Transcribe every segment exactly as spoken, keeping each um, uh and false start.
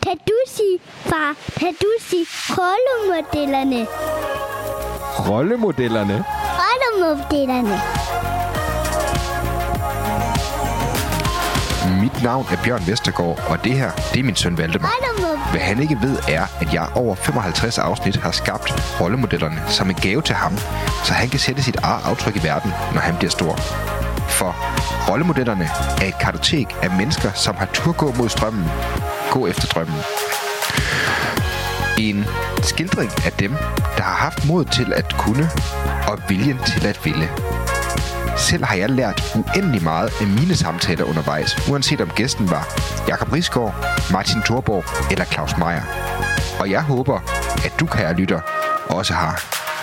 Kan du sige, far, kan du sige rollemodellerne? Rollemodellerne? Rollemodellerne. Mit navn er Bjørn Vestergaard, og det her, det er min søn Valdemar. Hvad han ikke ved er, at jeg over femoghalvtreds afsnit har skabt rollemodellerne som en gave til ham, så han kan sætte sit eget aftryk i verden, når han bliver stor. For rollemodellerne er et kartotek af mennesker, som har tur gå mod strømmen, gå efter drømmen. En skildring af dem, der har haft mod til at kunne og viljen til at ville. Selv har jeg lært uendelig meget af mine samtaler undervejs, uanset om gæsten var Jakob Risgaard, Martin Thorborg eller Claus Meyer. Og jeg håber, at du, kære lytter, også har.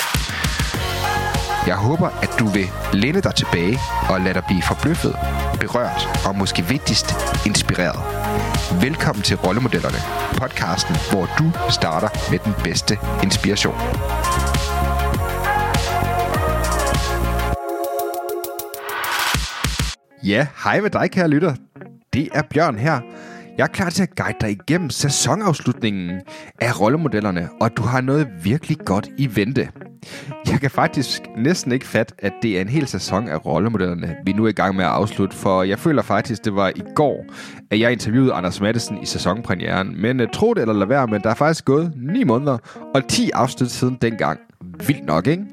Jeg håber, at du vil læne dig tilbage og lade dig blive forbløffet, berørt og måske vigtigst inspireret. Velkommen til Rollemodellerne, podcasten, hvor du starter med den bedste inspiration. Ja, hej med dig, kære lytter. Det er Bjørn her. Jeg er klar til at guide dig igennem sæsonafslutningen af rollemodellerne, og du har noget virkelig godt i vente. Jeg kan faktisk næsten ikke fatte, at det er en hel sæson af rollemodellerne, vi nu er i gang med at afslutte, for jeg føler faktisk, det var i går, at jeg interviewede Anders Matthesen i sæsonpremieren. Men uh, tro det eller lad være, men der er faktisk gået ni måneder og ti afsnit siden dengang. Vildt nok, ikke?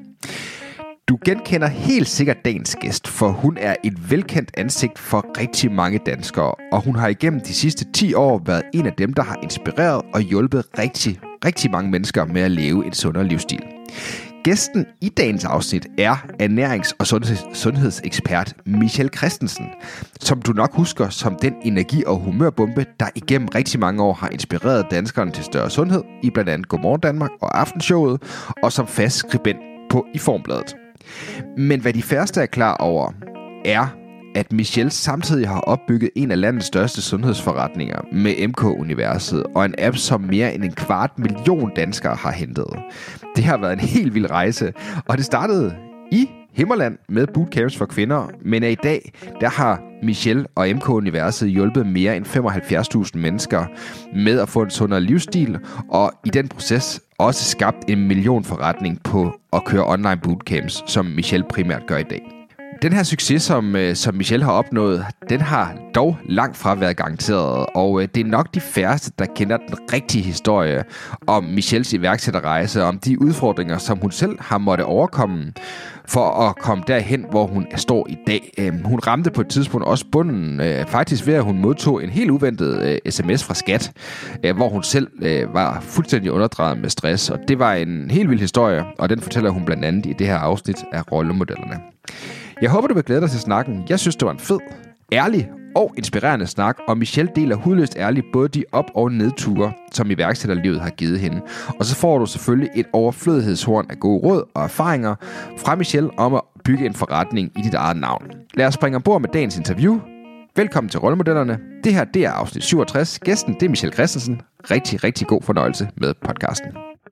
Du genkender helt sikkert dagens gæst, for hun er et velkendt ansigt for rigtig mange danskere, og hun har igennem de sidste ti år været en af dem, der har inspireret og hjulpet rigtig, rigtig mange mennesker med at leve en sundere livsstil. Gæsten i dagens afsnit er ernærings- og sundheds- sundhedsekspert Michelle Christensen, som du nok husker som den energi- og humørbombe, der igennem rigtig mange år har inspireret danskerne til større sundhed i blandt andet Godmorgen Danmark og Aftenshowet, og som fast skribent på i Formbladet. Men hvad de færreste er klar over, er, at Michelle samtidig har opbygget en af landets største sundhedsforretninger med M K-universet og en app, som mere end en kvart million danskere har hentet. Det har været en helt vild rejse, og det startede i Himmerland med bootcamps for kvinder, men i dag, der har Michelle og M K-universet hjulpet mere end femoghalvfjerds tusind mennesker med at få en sundere livsstil, og i den proces også skabt en million forretning på at køre online bootcamps, som Michelle primært gør i dag. Den her succes, som, som Michelle har opnået, den har dog langt fra været garanteret, og det er nok de færreste, der kender den rigtige historie om Michelles iværksætterrejse, om de udfordringer, som hun selv har måttet overkomme for at komme derhen, hvor hun står i dag. Hun ramte på et tidspunkt også bunden, faktisk ved at hun modtog en helt uventet sms fra Skat, hvor hun selv var fuldstændig underdrejet med stress, og det var en helt vild historie, og den fortæller hun blandt andet i det her afsnit af Rollemodellerne. Jeg håber, du vil glæde dig til snakken. Jeg synes, det var en fed, ærlig og inspirerende snak, og Michelle deler hudløst ærligt både de op- og nedture, som iværksætterlivet har givet hende. Og så får du selvfølgelig et overflødighedshorn af gode råd og erfaringer fra Michelle om at bygge en forretning i dit eget navn. Lad os springe ombord med dagens interview. Velkommen til Rollemodellerne. Det her, det er afsnit syvogtres. Gæsten, det er Michelle Christensen. Rigtig, rigtig god fornøjelse med podcasten.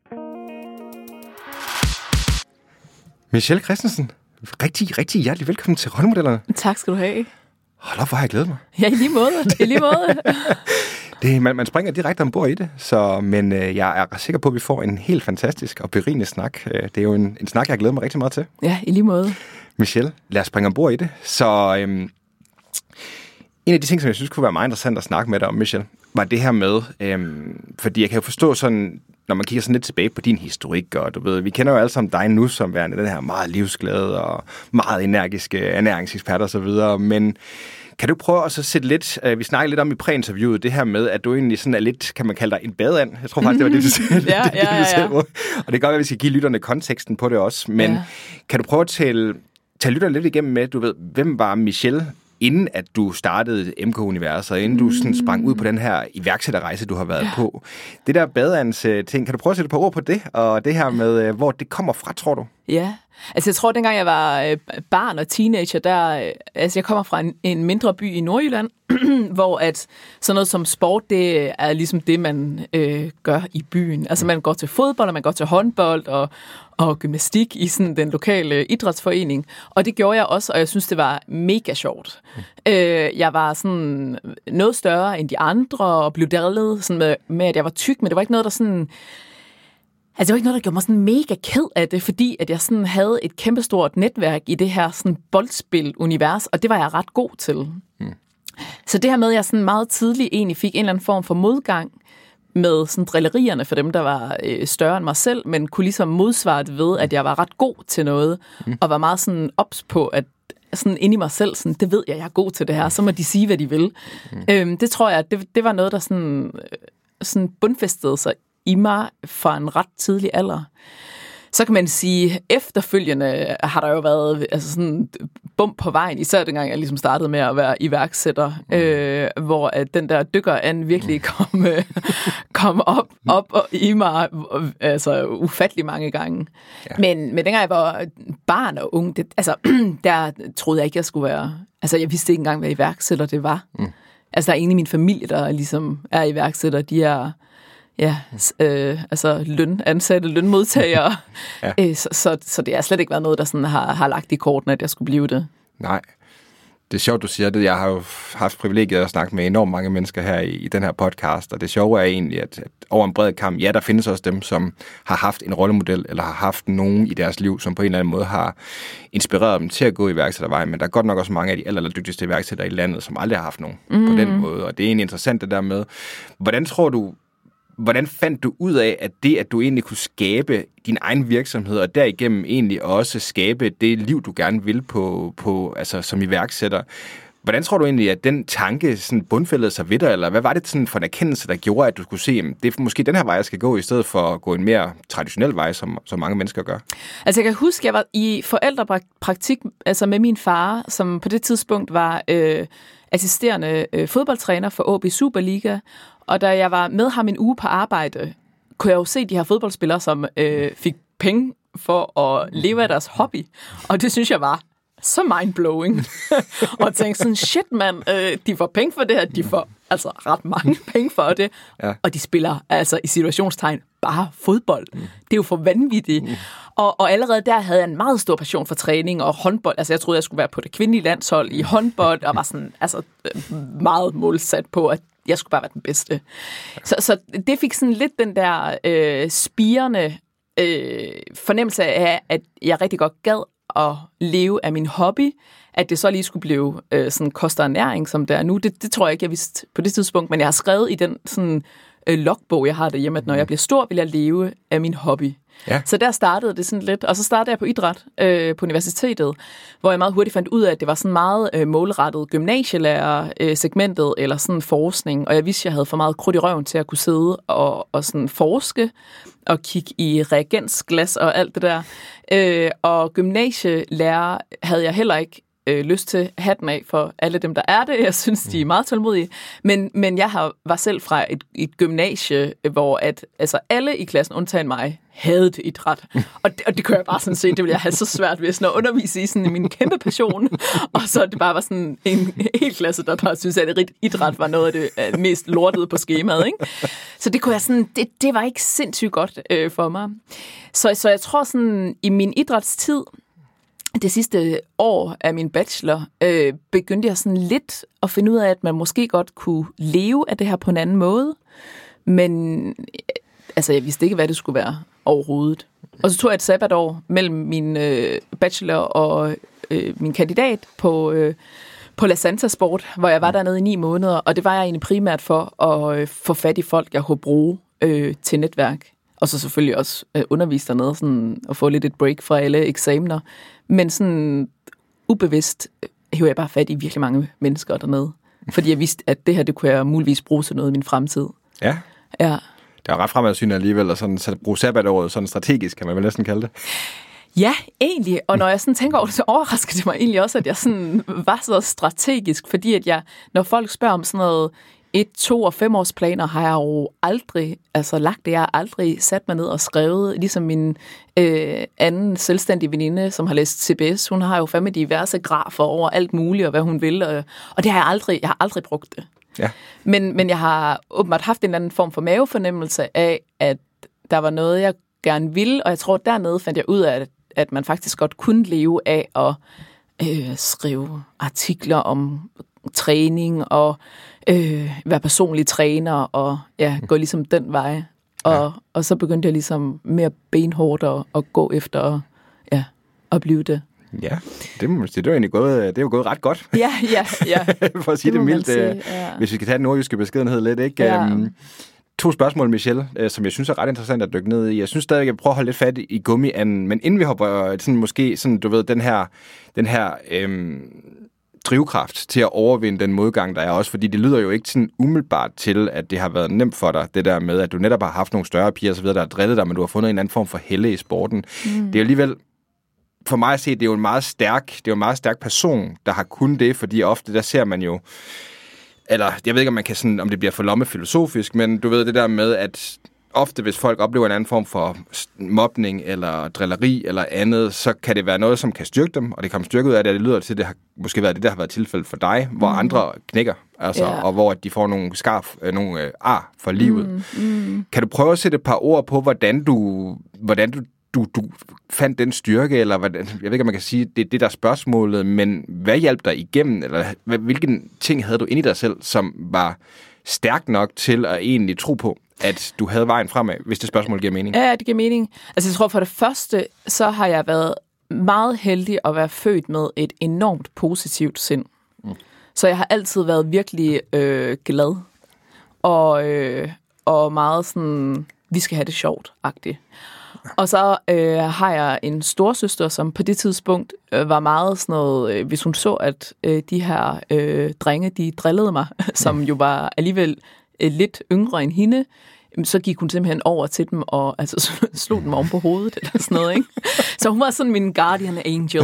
Michelle Christensen. Rigtig, rigtig hjertelig velkommen til Rollemodellerne. Tak skal du have. Hold op, hvor har jeg glædet mig. Ja, i lige måde. I lige måde. det, man, man springer direkte ombord i det, så, men øh, jeg er sikker på, at vi får en helt fantastisk og berigende snak. Det er jo en, en snak, jeg har glædet mig rigtig meget til. Ja, i lige måde. Michelle, lad os springe ombord i det. Så øhm, en af de ting, som jeg synes kunne være meget interessant at snakke med dig om, Michelle, var det her med, øhm, fordi jeg kan jo forstå sådan, når man kigger sådan lidt tilbage på din historik, og du ved, vi kender jo alle sammen dig nu som værende den her meget livsglade og meget energiske ernæringsekspert og så videre, men kan du prøve at så sætte lidt, øh, vi snakkede lidt om i præinterviewet, det her med, at du egentlig sådan er lidt, kan man kalde dig, en badeand. Jeg tror faktisk, det var det, du sagde. ja, det, ja, ja, ja. Og det kan godt være, at vi skal give lytterne konteksten på det også, men ja. Kan du prøve at tale, tale lytterne lidt igennem med, du ved, hvem var Michelle, inden at du startede M K-universet, og inden du sådan sprang ud på den her iværksætterrejse, du har været ja. på. Det der badeands ting, kan du prøve at sætte et par ord på det, og det her med, hvor det kommer fra, tror du? Ja, Altså, jeg tror, dengang jeg var øh, barn og teenager, der, øh, altså, jeg kommer fra en, en mindre by i Nordjylland, hvor at sådan noget som sport, det er ligesom det, man øh, gør i byen. Altså, man går til fodbold, og man går til håndbold og, og gymnastik i sådan den lokale idrætsforening. Og det gjorde jeg også, og jeg synes, det var mega sjovt. Mm. Øh, jeg var sådan noget større end de andre, og blev drillet sådan med, med, at jeg var tyk, men det var ikke noget, der sådan... Altså, det var ikke noget, der gjorde mig sådan mega ked af det, fordi at jeg sådan havde et kæmpestort netværk i det her sådan boldspil-univers, og det var jeg ret god til. Mm. Så det her med, at jeg sådan meget tidligt egentlig fik en eller anden form for modgang med sådan drillerierne for dem, der var øh, større end mig selv, men kunne ligesom modsvare det ved, at jeg var ret god til noget, mm. og var meget sådan ops på, at sådan inde i mig selv, sådan, det ved jeg, jeg er god til det her, så må de sige, hvad de vil. Mm. Øhm, det tror jeg, det, det var noget, der sådan, sådan bundfæstede sig i mig fra en ret tidlig alder. Så kan man sige, efterfølgende har der jo været altså sådan bump på vejen, især dengang jeg ligesom startede med at være iværksætter, mm. øh, hvor at den der dykker-an virkelig kom, øh, kom op, op og i mig altså ufattelig mange gange. Ja. Men, men dengang jeg var barn og ung, det, altså, der troede jeg ikke, jeg skulle være... Altså, jeg vidste ikke engang, hvad iværksætter det var. Mm. Altså, der er en i min familie, der ligesom er iværksætter. De er... Ja, øh, altså løn, ansatte lønmodtagere. Ja. Æ, så, så, så det har slet ikke været noget, der sådan har, har lagt i kortene, at jeg skulle blive det. Nej. Det er sjovt, du siger det. Jeg har jo haft privilegiet at snakke med enormt mange mennesker her i, i den her podcast, og det sjove er egentlig, at, at over en bred kamp, ja, der findes også dem, som har haft en rollemodel, eller har haft nogen i deres liv, som på en eller anden måde har inspireret dem til at gå i iværksættervejen, men der er godt nok også mange af de aller, aller dygtigste iværksættere i landet, som aldrig har haft nogen mm. på den måde, og det er egentlig interessant det der med, hvordan tror du, Hvordan fandt du ud af, at det, at du egentlig kunne skabe din egen virksomhed, og derigennem egentlig også skabe det liv, du gerne vil på, på altså som iværksætter, hvordan tror du egentlig, at den tanke sådan bundfældede sig ved dig, eller hvad var det sådan for en erkendelse, der gjorde, at du skulle se, at det er måske den her vej, jeg skal gå, i stedet for at gå en mere traditionel vej, som, som mange mennesker gør? Altså jeg kan huske, at jeg var i forældrepraktik altså med min far, som på det tidspunkt var øh, assisterende øh, fodboldtræner for A A B Superliga, og da jeg var med ham en uge på arbejde, kunne jeg jo se de her fodboldspillere, som øh, fik penge for at leve af deres hobby. Og det synes jeg var så mindblowing. Og tænkte sådan, shit mand, øh, de får penge for det her, de får altså ret mange penge for det. Ja. Og de spiller altså i situationstegn bare fodbold. Mm. Det er jo for vanvittigt. Mm. Og, og allerede der havde jeg en meget stor passion for træning og håndbold. Altså jeg troede, jeg skulle være på det kvindelige landshold i håndbold, og var sådan altså meget målsat på, at jeg skulle bare være den bedste. Så, så det fik sådan lidt den der øh, spirende øh, fornemmelse af, at jeg rigtig godt gad at leve af min hobby. At det så lige skulle blive øh, sådan kost og ernæring, som det er nu. Det, det tror jeg ikke, jeg vidste på det tidspunkt. Men jeg har skrevet i den sådan, øh, logbog, jeg har derhjemme, at når jeg bliver stor, vil jeg leve af min hobby. Ja. Så der startede det sådan lidt, og så startede jeg på idræt øh, på universitetet, hvor jeg meget hurtigt fandt ud af, at det var sådan meget øh, målrettet gymnasielærer-segmentet øh, eller sådan forskning, og jeg vidste, at jeg havde for meget krudt i røven til at kunne sidde og, og sådan forske og kigge i reagensglas og alt det der. Øh, og gymnasielærer havde jeg heller ikke øh, lyst til hatten af for alle dem, der er det. Jeg synes, de er meget tålmodige. Men, men jeg har, var selv fra et, et gymnasie, hvor at, altså alle i klassen, undtagen mig, havde idræt. Og det, og det kunne jeg bare sådan se, det ville jeg have så svært ved sådan at undervise i sådan min kæmpe passion. Og så det bare var sådan en hel klasse, der bare synes, at idræt var noget af det mest lortede på skemaet, ikke? Så det kunne jeg sådan, det, det var ikke sindssygt godt øh, for mig. Så, så jeg tror sådan, i min idrætstid, det sidste år af min bachelor, øh, begyndte jeg sådan lidt at finde ud af, at man måske godt kunne leve af det her på en anden måde. Men altså, jeg vidste ikke, hvad det skulle være overhovedet. Og så tog jeg et sabbatår mellem min øh, bachelor og øh, min kandidat på, øh, på La Santa Sport, hvor jeg var dernede i ni måneder, og det var jeg egentlig primært for at øh, få fat i folk, jeg kunne bruge øh, til netværk. Og så selvfølgelig også øh, undervise dernede, sådan, og få lidt et break fra alle eksamener. Men sådan ubevidst øh, hæver jeg bare fat i virkelig mange mennesker dernede. Fordi jeg vidste, at det her, det kunne jeg muligvis bruge til noget i min fremtid. Ja. Ja. Det er ret fremadsynende alligevel, at sådan, så bruge sabbatåret sådan strategisk, kan man vel næsten kalde det. Ja, egentlig. Og når jeg sådan tænker over det, så overrasker det mig egentlig også, at jeg sådan var så strategisk, fordi at jeg, når folk spørger om sådan noget et, to og fem års planer har jeg jo aldrig altså lagt det. Jeg har aldrig sat mig ned og skrevet, ligesom min øh, anden selvstændige veninde, som har læst C B S. Hun har jo fandme diverse grafer over alt muligt, og hvad hun vil, og, og det har jeg aldrig, jeg har aldrig brugt det. Ja. Men, men jeg har åbenbart haft en eller anden form for mavefornemmelse af, at der var noget, jeg gerne ville, og jeg tror, dernede fandt jeg ud af, at, at man faktisk godt kunne leve af at øh, skrive artikler om træning og øh, være personlig træner og ja, gå ligesom den vej. Og, ja. og så begyndte jeg ligesom mere benhårdt at, at gå efter ja, at blive det. Ja, det, må, det, er jo egentlig gået, det er jo gået ret godt. Ja, ja, ja. For at sige det, det mildt, sige, ja. Hvis vi skal tage den nordjyske beskedenhed lidt, ikke? Ja. Um, to spørgsmål, Michelle, som jeg synes er ret interessant at dykke ned i. Jeg synes stadig, jeg prøver at holde lidt fat i gummianden, men inden vi hopper sådan måske sådan, du ved, den her, den her øhm, drivkraft til at overvinde den modgang, der er også, fordi det lyder jo ikke sådan umiddelbart til, at det har været nemt for dig, det der med, at du netop har haft nogle større piger og så videre, der har drillet dig, men du har fundet en anden form for helle i sporten. Mm. Det er jo alligevel, for mig at se, det er jo en meget stærk, det er jo en meget stærk person, der har kun det, fordi ofte der ser man jo, eller jeg ved ikke, om man kan sådan, om det bliver for lommefilosofisk, men du ved det der med, at ofte hvis folk oplever en anden form for mobning eller drilleri eller andet, så kan det være noget, som kan styrke dem, og det kommer styrke ud af det, og det lyder til, at det har måske været det, der har været tilfældet for dig, hvor mm. andre knækker, altså, yeah. og hvor de får nogle skarf, nogle øh, ar for livet. Mm. Mm. Kan du prøve at sætte et par ord på, hvordan du, hvordan du Du, du fandt den styrke, eller hvad, jeg ved ikke, om man kan sige, det er det, der er spørgsmålet, men hvad hjalp dig igennem, eller hvilken ting havde du inde i dig selv, som var stærk nok til at egentlig tro på, at du havde vejen fremad, hvis det spørgsmål giver mening? Ja, det giver mening. Altså, jeg tror for det første, så har jeg været meget heldig at være født med et enormt positivt sind. Mm. Så jeg har altid været virkelig øh, glad, og, øh, og meget sådan, vi skal have det sjovt-agtigt. Og så øh, har jeg en storesøster, som på det tidspunkt øh, var meget sådan noget, øh, hvis hun så, at øh, de her øh, drenge, de drillede mig, som jo var alligevel øh, lidt yngre end hende, så gik hun simpelthen over til dem og altså, slog dem om på hovedet eller sådan noget, ikke? Så hun var sådan min guardian angel.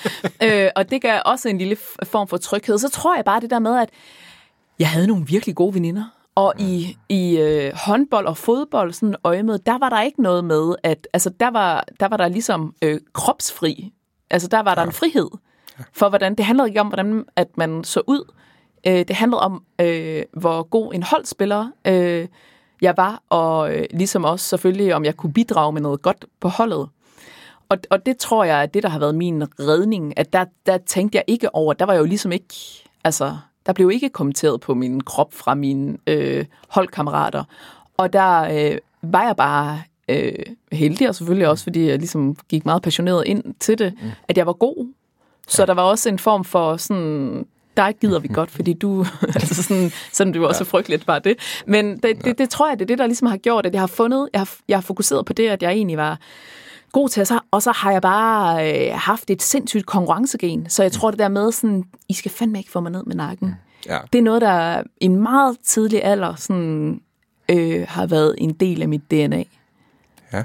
øh, og det gav også en lille form for tryghed. Så tror jeg bare det der med, at jeg havde nogle virkelig gode veninder. Og i, i øh, håndbold og fodbold, sådan øjemed, der var der ikke noget med, at altså, der, var, der var der ligesom øh, kropsfri. Altså der var der ja. en frihed for, hvordan, det handlede ikke om, hvordan at man så ud. Øh, det handlede om, øh, hvor god en holdspiller øh, jeg var, og øh, ligesom også selvfølgelig, om jeg kunne bidrage med noget godt på holdet. Og, og det tror jeg er det, der har været min redning, at der, der tænkte jeg ikke over, der var jo ligesom ikke, altså... Der blev ikke kommenteret på min krop fra mine øh, holdkammerater. Og der øh, var jeg bare øh, heldig, og selvfølgelig også, fordi jeg ligesom gik meget passioneret ind til det, mm. at jeg var god. Så ja. der var også en form for sådan, der gider vi godt, fordi du, altså sådan, sådan det var også ja. frygteligt bare det. Men det, det, det tror jeg, det er det, der ligesom har gjort, at jeg har fundet, jeg har, jeg har fokuseret på det, at jeg egentlig var god til, så, og så har jeg bare øh, haft et sindssygt konkurrencegen. Så jeg tror, det der med sådan, I skal fandme ikke få mig ned med nakken. Ja. Det er noget, der i en meget tidlig alder sådan, øh, har været en del af mit D N A. Ja.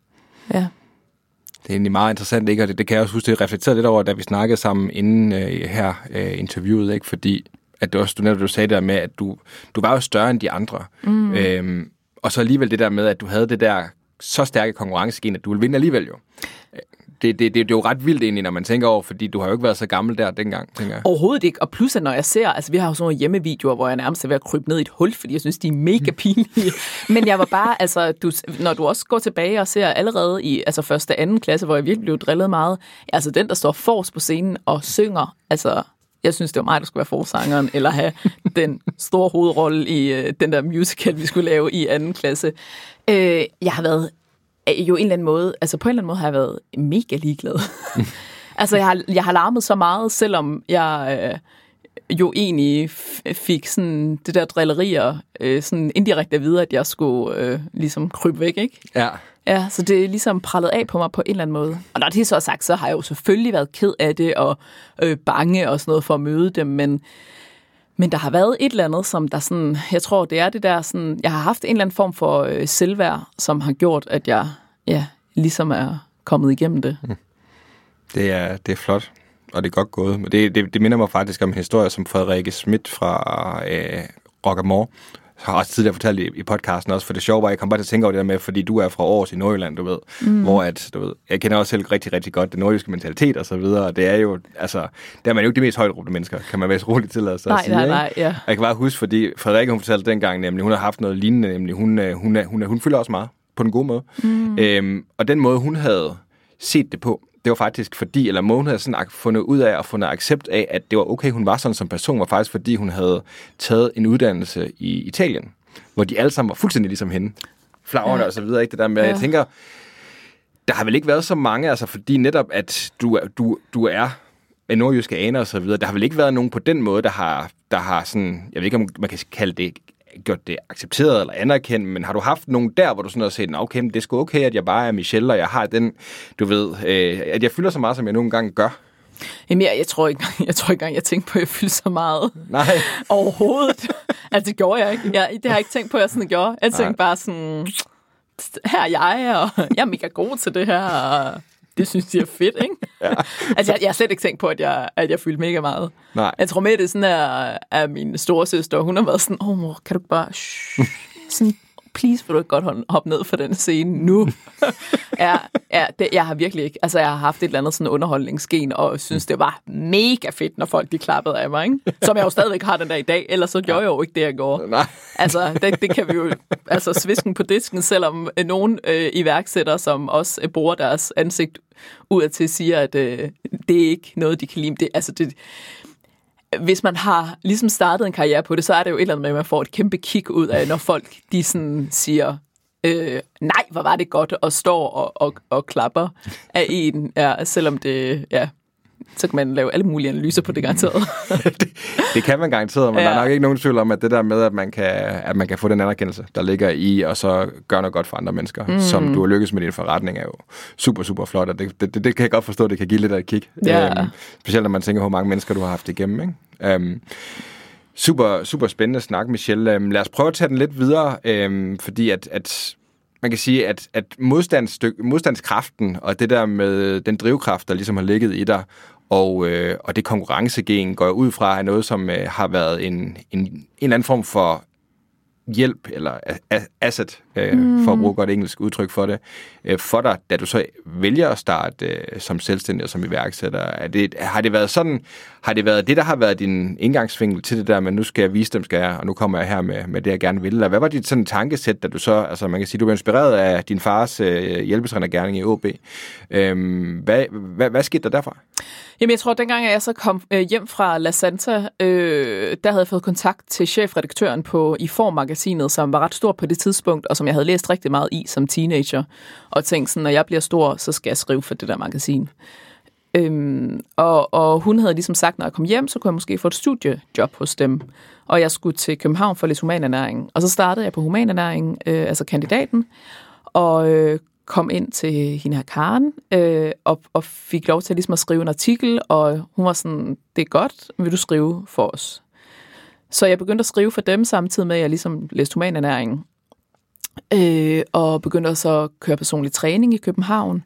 Ja. Det er egentlig meget interessant, ikke? Og det, det kan jeg også huske, det reflekterede lidt over, da vi snakkede sammen inden øh, her øh, interviewet, ikke? Fordi at du også, du netop du sagde der med, at du, du var jo større end de andre. Mm. Øhm, og så alligevel det der med, at du havde det der så stærke konkurrencegen, at du ville vinde alligevel jo. Det, det, det, det er jo ret vildt egentlig, når man tænker over, fordi du har jo ikke været så gammel der dengang, tænker jeg. Overhovedet ikke, og plus at når jeg ser, altså vi har jo sådan nogle hjemmevideoer, hvor jeg nærmest er ved at krybe ned i et hul, fordi jeg synes, de er mega pinlige. Men jeg var bare, altså, du, når du også går tilbage og ser allerede i altså første anden klasse, hvor jeg virkelig blev drillet meget, altså den, der står forrest på scenen og synger, altså... Jeg synes, det var mig, der skulle være forsangeren, eller have den store hovedrolle i øh, den der musical, vi skulle lave i anden klasse. Øh, jeg har været jo en eller anden måde, altså på en eller anden måde har jeg været mega ligeglad. altså, jeg har, jeg har larmet så meget, selvom jeg øh, jo egentlig fik sådan det der drillerier øh, sådan indirekte at vide, at jeg skulle øh, ligesom krybe væk, ikke? Ja. Ja, så det er ligesom prallet af på mig på en eller anden måde. Og når det så er sagt, så har jeg jo selvfølgelig været ked af det, og øh, bange og sådan noget for at møde dem, men, men der har været et eller andet, som der sådan, jeg tror, det er det der sådan, jeg har haft en eller anden form for øh, selvværd, som har gjort, at jeg ja, ligesom er kommet igennem det. Mm. Det er, det er flot, og det er godt gået. Det, det, det minder mig faktisk om en historie, som Frederikke Schmidt fra øh, Rockamore. Jeg har også tidligere fortalt i, i podcasten også, for det sjove var, jeg kom bare til at tænke over det der med, fordi du er fra Aarhus i Nordjylland, du ved, mm. hvor at, du ved, jeg kender også selv rigtig, rigtig godt det nordjyske mentalitet og så videre, og det er jo, altså, der er man jo ikke de mest højtråbende mennesker, kan man være så roligt til at sige. Nej, nej, nej, ja. Jeg kan bare huske, fordi Frederikke, hun fortalte dengang, nemlig, hun har haft noget lignende, nemlig, hun, hun, hun, hun, hun fylder også meget, på den gode måde. Mm. Øhm, og den måde, hun havde set det på, det var faktisk fordi, eller måden havde sådan fundet ud af og fundet accept af, at det var okay, hun var sådan som person, var faktisk fordi, hun havde taget en uddannelse i Italien, hvor de alle sammen var fuldstændig ligesom hende. Flagrende ja. Og så videre, ikke det der med, ja. Jeg tænker, der har vel ikke været så mange, altså fordi netop, at du, du, du er med nordjyske aner og så videre, der har vel ikke været nogen på den måde, der har, der har sådan, jeg ved ikke, om man kan kalde det, gjort det accepteret eller anerkendt, men har du haft nogen der, hvor du sådan har set, okay, det er sgu okay, at jeg bare er Michelle, og jeg har den, du ved, øh, at jeg fylder så meget, som jeg nogle gange gør? Jamen, jeg, jeg tror ikke, jeg tror ikke engang, jeg tænkte på, at jeg fyldte så meget. Nej. Overhovedet. Altså, det gjorde jeg ikke. Jeg, det har jeg ikke tænkt på, at jeg sådan gjorde. Jeg tænkte Nej. bare sådan, her er jeg, og jeg er mega god til det her, og det synes jeg er fedt, ikke? Ja. Altså, jeg, jeg har slet ikke tænkt på, at jeg, at jeg fyldte mega meget. Nej. Jeg tror med, det er sådan, at, at min storesøster, hun har været sådan, åh, oh, mor, kan du bare, shh, sådan, please, vil du ikke godt hoppe ned for den scene nu? ja, ja det, jeg har virkelig ikke, altså, jeg har haft et eller andet sådan underholdningsgen, og synes, det var mega fedt, når folk, de klappede af mig, ikke? Som jeg jo stadigvæk har den dag i dag, ellers så gjorde jeg jo ikke det, jeg gjorde. Nej. Altså, det, det kan vi jo, altså, svisken på disken, selvom nogen øh, iværksætter, som også øh, bruger deres ansigt udadtil, siger, at øh, det er ikke noget, de kan lide. Det, altså, det, hvis man har ligesom startet en karriere på det, så er det jo et eller andet med, at man får et kæmpe kick ud af, når folk, de sådan siger, øh, nej, hvor var det godt, og står og, og, og klapper af en, ja, selvom det, ja, så kan man lave alle mulige analyser på det garanteret. det, det kan man garanteret, men ja. Der er nok ikke nogen tvivl om, at det der med, at man kan, at man kan få den anerkendelse, der ligger i, og så gøre noget godt for andre mennesker, mm. som du har lykkes med din forretning, er jo super, super flot, og det, det, det, det kan jeg godt forstå, det kan give lidt af et kick. Ja. Øhm, specielt når man tænker, hvor mange mennesker du har haft igennem, ikke? Øhm, super, super spændende snak, Michelle. Øhm, lad os prøve at tage den lidt videre, øhm, fordi at, at man kan sige, at, at modstandskraften og det der med den drivkraft, der ligesom har ligget i dig, og, øh, og det konkurrencegen går ud fra af noget, som øh, har været en, en, en eller anden form for hjælp, eller asset, øh, mm. for at bruge godt engelsk udtryk for det, øh, for dig, da du så vælger at starte øh, som selvstændig og som iværksætter. Er det, har det været sådan, har det været det, der har været din indgangsvinkel til det der, men nu skal jeg vise dem, skal jeg, og nu kommer jeg her med, med det, jeg gerne vil? Eller hvad var dit sådan tankesæt, da du så, altså man kan sige, du var inspireret af din fars øh, hjælpetrænergerning i O B. Øh, hvad, hvad, hvad skete der derfra? Jamen, jeg tror, at dengang jeg så kom øh, hjem fra La Santa, øh, der havde jeg fået kontakt til chefredaktøren på I Form-magasinet, som var ret stor på det tidspunkt, og som jeg havde læst rigtig meget i som teenager, og tænkte sådan, når jeg bliver stor, så skal jeg skrive for det der magasin. Øhm, og, og hun havde ligesom sagt, når jeg kom hjem, så kunne jeg måske få et studiejob hos dem, og jeg skulle til København for lidt humanernæring. Og så startede jeg på humanernæring, øh, altså kandidaten, og øh, kom ind til hende her Karen, øh, og, og fik lov til ligesom at skrive en artikel, og hun var sådan, det er godt, vil du skrive for os? Så jeg begyndte at skrive for dem, samtidig med, at jeg ligesom læste humanernæring, øh, og begyndte så at køre personlig træning i København.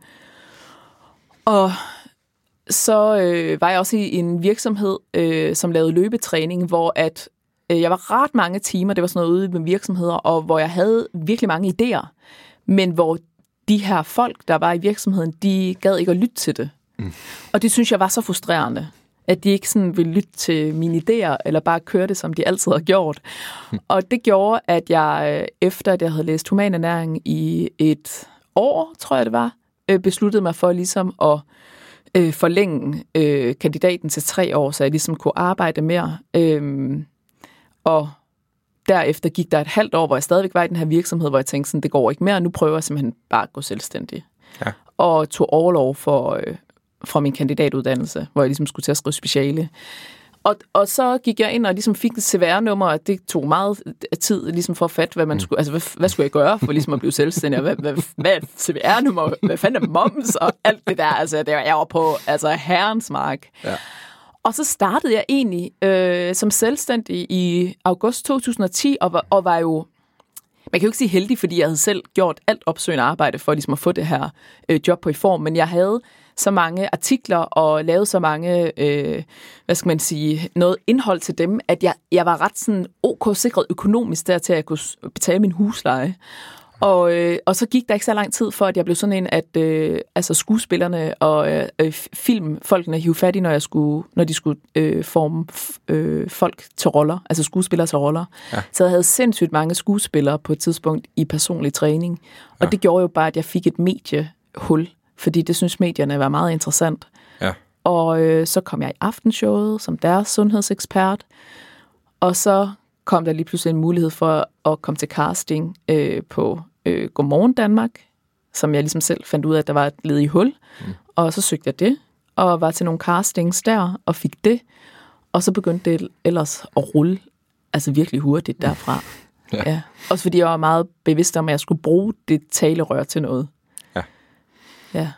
Og så øh, var jeg også i en virksomhed, øh, som lavede løbetræning, hvor at, øh, jeg var ret mange timer, det var sådan noget ude med virksomheder, og hvor jeg havde virkelig mange idéer, men hvor de her folk, der var i virksomheden, de gad ikke at lytte til det. Mm. Og det synes jeg var så frustrerende, at de ikke sådan ville lytte til mine idéer, eller bare køre det, som de altid har gjort. Mm. Og det gjorde, at jeg, efter at jeg havde læst humanernæring i et år, tror jeg det var, besluttede mig for ligesom at øh, forlænge øh, kandidaten til tre år, så jeg ligesom kunne arbejde mere. Øh, og derefter gik der et halvt år, hvor jeg stadigvæk var i den her virksomhed, hvor jeg tænkte sådan, det går ikke mere, og nu prøver jeg simpelthen bare at gå selvstændig. Ja. Og tog overlov for, øh, fra min kandidatuddannelse, hvor jeg ligesom skulle til at skrive speciale. Og, og så gik jeg ind og ligesom fik et C V R-nummer, og det tog meget tid ligesom for at fatte, hvad man mm. skulle, altså hvad, hvad skulle jeg gøre for ligesom at blive selvstændig, hvad, hvad, hvad er et C V R-nummer, hvad fanden er moms, og alt det der, altså det var jeg var på, altså herrens mark. Ja. Og så startede jeg egentlig øh, som selvstændig i august to tusind og ti, og var, og var jo, man kan jo ikke sige heldig, fordi jeg havde selv gjort alt opsøgende arbejde for ligesom at få det her øh, job på I Form, men jeg havde så mange artikler og lavet så mange, øh, hvad skal man sige, noget indhold til dem, at jeg, jeg var ret sådan ok sikret økonomisk der til at jeg kunne betale min husleje. Og, øh, og så gik der ikke så lang tid for, at jeg blev sådan en, at øh, altså skuespillerne og øh, filmfolkene hive fat i, når, jeg skulle, når de skulle øh, forme øh, folk til roller, altså skuespillere til roller. Ja. Så jeg havde sindssygt mange skuespillere på et tidspunkt i personlig træning. Og ja. Det gjorde jo bare, at jeg fik et mediehul, fordi det synes medierne var meget interessant. Ja. Og øh, så kom jeg i Aftenshowet som deres sundhedsekspert, og så kom der lige pludselig en mulighed for at komme til casting øh, på øh, Godmorgen Danmark, som jeg ligesom selv fandt ud af, at der var et ledigt hul. Mm. Og så søgte jeg det, og var til nogle castings der, og fik det. Og så begyndte det ellers at rulle, altså virkelig hurtigt derfra. Ja. Ja. Også fordi jeg var meget bevidst om, at jeg skulle bruge det talerør til noget. Ja. Ja.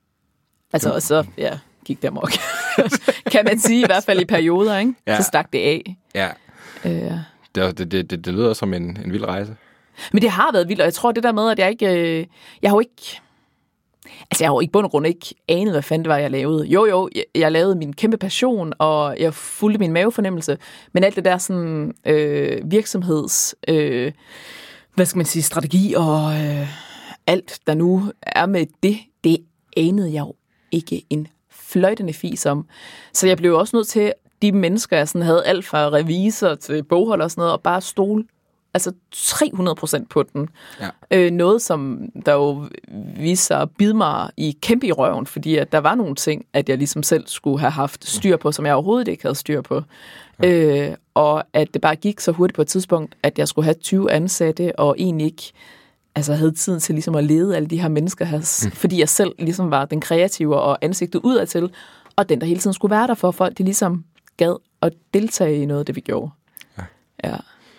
Altså, og så ja, gik det amok. Kan man sige, i hvert fald i perioder, ikke? Ja. Så stak det af. Ja. Øh, Det, det, det, det lyder som en, en vild rejse. Men det har været vildt, og jeg tror det der med, at jeg ikke... Øh, jeg har jo ikke... Altså, jeg har jo i bund og grund ikke anet, hvad fanden det var, jeg lavede. Jo, jo, jeg, jeg lavede min kæmpe passion, og jeg fulgte min mavefornemmelse. Men alt det der sådan øh, virksomheds... Øh, hvad skal man sige? Strategi og øh, alt, der nu er med det, det anede jeg jo ikke en fløjtende fis om. Så jeg blev jo også nødt til... De mennesker, jeg sådan havde alt fra revisor til bogholder og sådan noget, og bare stole altså tre hundrede procent på den. Ja. Øh, noget, som der jo viste sig at bide mig i kæmpe i røven, fordi at der var nogle ting, at jeg ligesom selv skulle have haft styr på, som jeg overhovedet ikke havde styr på. Ja. Øh, og at det bare gik så hurtigt på et tidspunkt, at jeg skulle have tyve ansatte, og egentlig ikke altså havde tiden til ligesom at lede alle de her mennesker her, mm. fordi jeg selv ligesom var den kreative og ansigtet udadtil, og den, der hele tiden skulle være der for folk, de ligesom gad at deltage i noget af det, vi gjorde. Ja. Ja.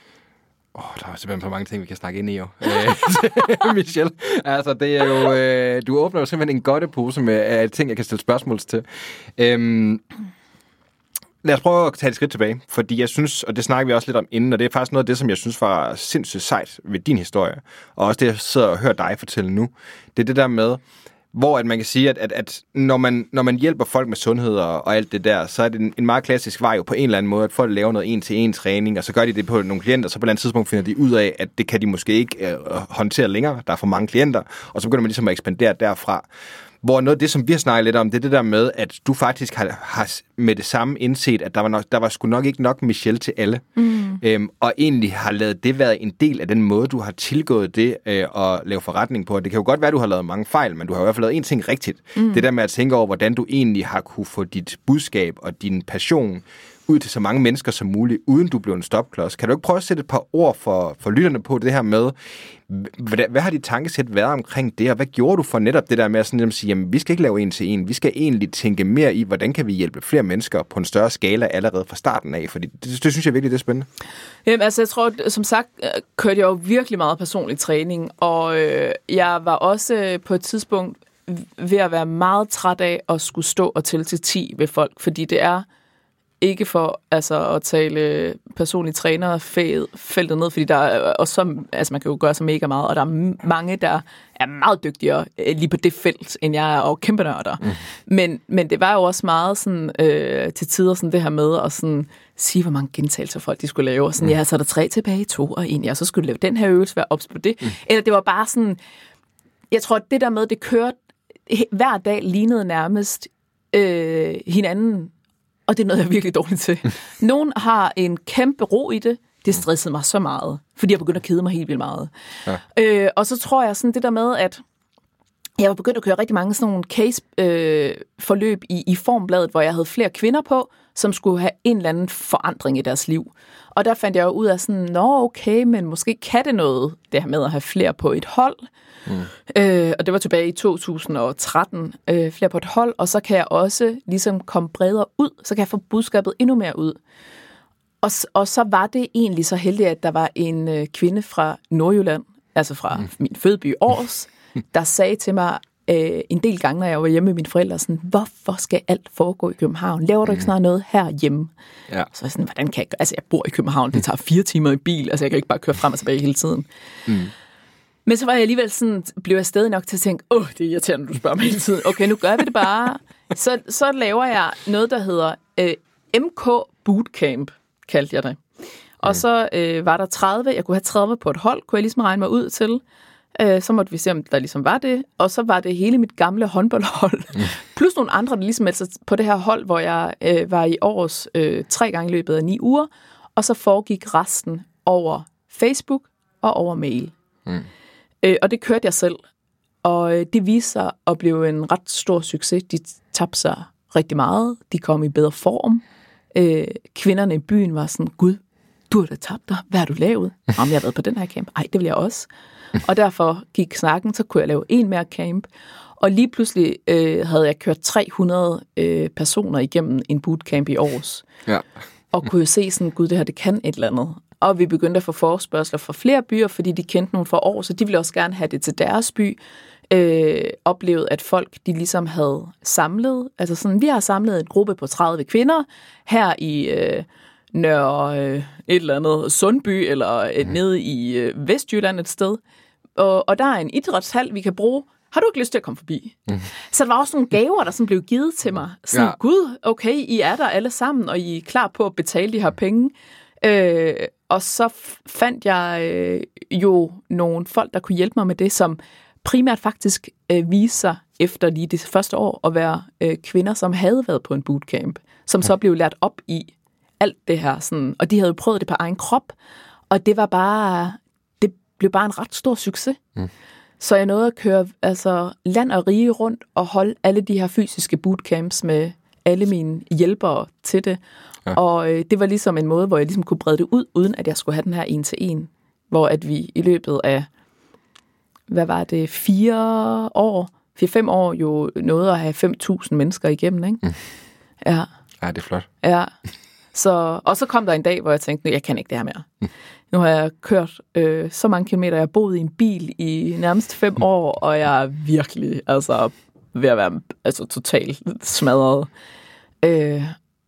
Åh, oh, der er simpelthen så mange ting, vi kan snakke ind i, jo. Michelle, altså, det er jo... Øh, du åbner jo simpelthen en godtepose med af ting, jeg kan stille spørgsmål til. Øhm, lad os prøve at tage et skridt tilbage, fordi jeg synes, og det snakker vi også lidt om inden, og det er faktisk noget af det, som jeg synes var sindssygt sejt ved din historie, og også det, jeg sidder og hører dig fortælle nu, det er det der med, hvor at man kan sige, at, at, at når, man, når man hjælper folk med sundhed og, og alt det der, så er det en, en meget klassisk vej jo på en eller anden måde, at folk laver noget en-til-en træning, og så gør de det på nogle klienter, så på et eller andet tidspunkt finder de ud af, at det kan de måske ikke øh, håndtere længere, der er for mange klienter, og så begynder man ligesom at ekspandere derfra. Hvor noget af det, som vi har snakket lidt om, det er det der med, at du faktisk har, har med det samme indset, at der var, nok, der var sgu nok ikke nok Michelle til alle. Mm. Øhm, og egentlig har lavet det været en del af den måde, du har tilgået det øh, at lave forretning på. Det kan jo godt være, at du har lavet mange fejl, men du har i hvert fald lavet en ting rigtigt. Mm. Det der med at tænke over, hvordan du egentlig har kunne få dit budskab og din passion ud til så mange mennesker som muligt, uden du blev en stopklods. Kan du ikke prøve at sætte et par ord for, for lytterne på det her med, hvad, hvad har dit tankesæt været omkring det, og hvad gjorde du for netop det der med at, sådan, at sige, jamen, vi skal ikke lave en til en, vi skal egentlig tænke mere i, hvordan kan vi hjælpe flere mennesker på en større skala allerede fra starten af, fordi det, det synes jeg virkelig, det er spændende. Jamen, altså, jeg tror, som sagt, kørte jeg jo virkelig meget personlig træning, og øh, jeg var også på et tidspunkt ved at være meget træt af at skulle stå og tælle til ti ved folk, fordi det er ikke for altså, at tale personlige trænere feltet ned, fordi der er også som, altså man kan jo gøre så mega meget, og der er mange, der er meget dygtigere lige på det felt, end jeg er, og kæmpe nørder. Mm. Men, men det var jo også meget sådan, øh, til tider sådan det her med at sådan, sige, hvor mange gentagelser folk de skulle lave, og sådan, mm. ja, så er der tre tilbage, to og en, ja, så skulle du lave den her øvelse, være ops på det. Mm. Eller det var bare sådan, jeg tror, at det der med, det kørte hver dag lignede nærmest øh, hinanden. Og det er noget, jeg er virkelig dårlig til. Nogen har en kæmpe ro i det. Det stressede mig så meget, fordi jeg begyndte at kede mig helt vildt meget. Ja. Øh, og så tror jeg sådan det der med, at jeg var begyndt at køre rigtig mange sådan nogle case-forløb øh, i, i Formbladet, hvor jeg havde flere kvinder på, som skulle have en eller anden forandring i deres liv. Og der fandt jeg jo ud af sådan, nå okay, men måske kan det noget, det her med at have flere på et hold. Mm. Øh, og det var tilbage i to tusind og tretten, øh, flere på et hold, og så kan jeg også ligesom komme bredere ud, så kan jeg få budskabet endnu mere ud. Og, og så var det egentlig så heldigt, at der var en øh, kvinde fra Nordjylland, altså fra mm. min fødeby Aars, der sagde til mig øh, en del gange, når jeg var hjemme med mine forældre, sådan, hvorfor skal alt foregå i København? Laver du ikke snart noget herhjemme? Ja. Så jeg sådan, hvordan kan jeg gøre? Altså, jeg bor i København, det tager fire timer i bil, altså jeg kan ikke bare køre frem og tilbage hele tiden. Mm. Men så var jeg alligevel sådan, blev jeg stadig nok til at tænke, åh, det er irriterende, du spørger mig hele tiden. Okay, nu gør vi det bare. Så, så laver jeg noget, der hedder øh, M K Bootcamp, kaldte jeg det. Og mm. så øh, var der tredive, jeg kunne have tredive på et hold, kunne jeg ligesom regne mig ud til. Øh, så måtte vi se, om der ligesom var det. Og så var det hele mit gamle håndboldhold. Mm. Plus nogle andre, der ligesom meldte sig på det her hold, hvor jeg øh, var i års øh, tre gange i løbet af ni uger. Og så foregik resten over Facebook og over mail. Mm. Øh, og det kørte jeg selv. Og øh, det viste sig at blive en ret stor succes. De tabte sig rigtig meget. De kom i bedre form. Øh, kvinderne i byen var sådan, gud, du har da tabt dig. Hvad har du lavet? Om jeg har været på den her camp. Ej, det vil jeg også. Og derfor gik snakken, så kunne jeg lave en mere camp. Og lige pludselig øh, havde jeg kørt tre hundrede øh, personer igennem en bootcamp i Aarhus. Ja. Og kunne jo se sådan, gud, det her, det kan et eller andet. Og vi begyndte at få forespørgsler fra flere byer, fordi de kendte nogen fra Aarhus, så de ville også gerne have det til deres by. Øh, oplevede, at folk, de ligesom havde samlet, altså sådan, vi har samlet en gruppe på tredive kvinder her i øh, Nørre øh, et eller andet Sundby, eller øh, nede i øh, Vestjylland et sted. Og, og der er en idrætshal, vi kan bruge. Har du ikke lyst til at komme forbi? Mm. Så der var også nogle gaver, der sådan blev givet til mig. Sådan, ja. Gud, okay, I er der alle sammen, og I er klar på at betale de her penge. Øh, og så fandt jeg øh, jo nogle folk, der kunne hjælpe mig med det, som primært faktisk øh, viste sig efter lige det første år at være øh, kvinder, som havde været på en bootcamp, som så blev lært op i alt det her. Sådan, og de havde prøvet det på egen krop, og det var bare, det blev bare en ret stor succes. Mm. Så jeg nåede at køre altså, land og rige rundt og holde alle de her fysiske bootcamps med alle mine hjælpere til det. Ja. Og øh, det var ligesom en måde, hvor jeg ligesom kunne brede det ud, uden at jeg skulle have den her en til en. Hvor at vi i løbet af, hvad var det, fire år, fire-fem år jo nåede at have fem tusind mennesker igennem, ikke? Mm. Ja. Ja, det er flot. Ja. Så, og så kom der en dag, hvor jeg tænkte, jeg kan ikke det her mere. Mm. Nu har jeg kørt øh, så mange kilometer, jeg har boet i en bil i nærmest fem mm. år, og jeg er virkelig altså, ved at være altså, totalt smadret. Øh,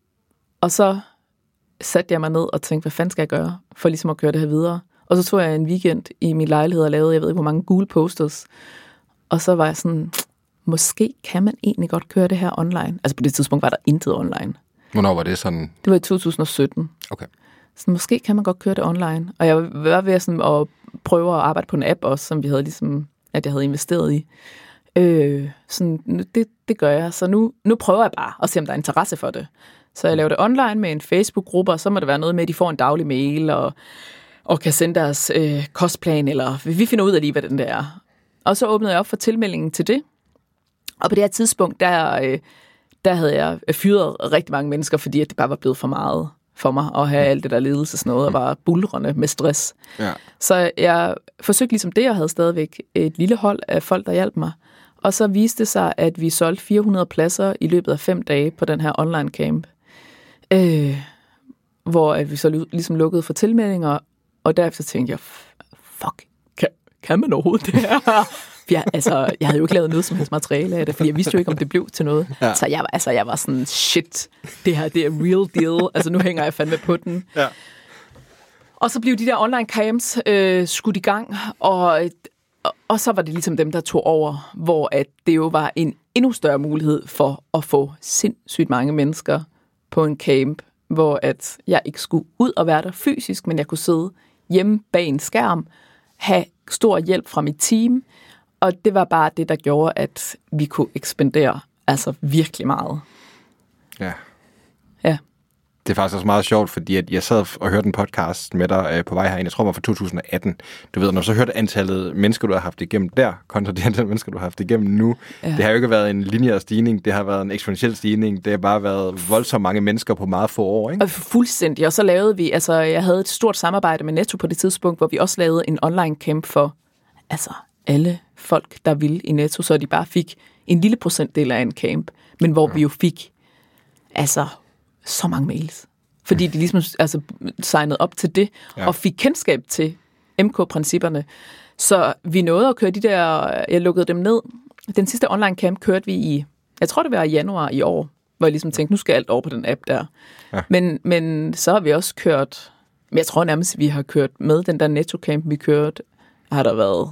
og så satte jeg mig ned og tænkte, hvad fanden skal jeg gøre, for ligesom at køre det her videre. Og så tog jeg en weekend i min lejlighed og lavede, jeg ved ikke, hvor mange Google posters. Og så var jeg sådan, måske kan man egentlig godt køre det her online. Altså på det tidspunkt var der intet online. Hvornår var det sådan? Det var i to tusind og sytten. Okay. Så måske kan man godt køre det online. Og jeg var ved sådan at prøve at arbejde på en app også, som vi havde ligesom, at jeg havde investeret i. Øh, sådan, det, det gør jeg. Så nu, nu prøver jeg bare at se, om der er interesse for det. Så jeg laver det online med en Facebook-gruppe, og så må det være noget med, at de får en daglig mail, og, og kan sende deres øh, kostplan, eller vi finder ud af lige, hvad den der er. Og så åbnede jeg op for tilmeldingen til det. Og på det her tidspunkt, der, øh, der havde jeg fyret rigtig mange mennesker, fordi at det bare var blevet for meget for mig at have alt det der ledelse sådan noget, og var bulrende med stress. Ja. Så jeg forsøgte ligesom det, og havde stadigvæk et lille hold af folk, der hjalp mig. Og så viste det sig, at vi solgte fire hundrede pladser i løbet af fem dage på den her online camp. Øh, hvor at vi så ligesom lukkede for tilmeldinger, og derefter tænkte jeg, fuck, kan, kan man overhovedet det her? Jeg, altså, jeg havde jo ikke lavet noget som helst materiale af det, fordi jeg vidste jo ikke, om det blev til noget. Ja. Så jeg, altså, jeg var sådan, shit, det her, det er real deal. Altså, nu hænger jeg fandme på den. Ja. Og så blev de der online camps øh, skudt i gang, og, og, og så var det ligesom dem, der tog over, hvor at det jo var en endnu større mulighed for at få sindssygt mange mennesker på en camp, hvor at jeg ikke skulle ud og være der fysisk, men jeg kunne sidde hjemme bag en skærm, have stor hjælp fra mit team, og det var bare det, der gjorde, at vi kunne ekspandere altså virkelig meget. Ja. Ja. Det er faktisk også meget sjovt, fordi at jeg sad og hørte en podcast med dig øh, på vej herind. Jeg tror, det var fra to tusind atten. Du ved, når du så hørte antallet mennesker, du har haft igennem der, kontra det antal mennesker, du har haft igennem nu. Ja. Det har jo ikke været en lineær stigning, det har været en eksponentiel stigning. Det har bare været voldsomt mange mennesker på meget få år, ikke? Og fuldstændig. Og så lavede vi, altså jeg havde et stort samarbejde med Netto på det tidspunkt, hvor vi også lavede en online camp for, altså alle folk, der ville i Netto, så de bare fik en lille procentdel af en camp, men hvor ja. vi jo fik altså så mange mails. Fordi de ligesom altså, signede op til det, ja. og fik kendskab til M K-principperne. Så vi nåede at køre de der, jeg lukkede dem ned. Den sidste online camp kørte vi i, jeg tror det var i januar i år, hvor jeg ligesom tænkte, nu skal alt over på den app der. Ja. Men, men så har vi også kørt, jeg tror nærmest, vi har kørt med den der Netto-camp, vi kørte, har der været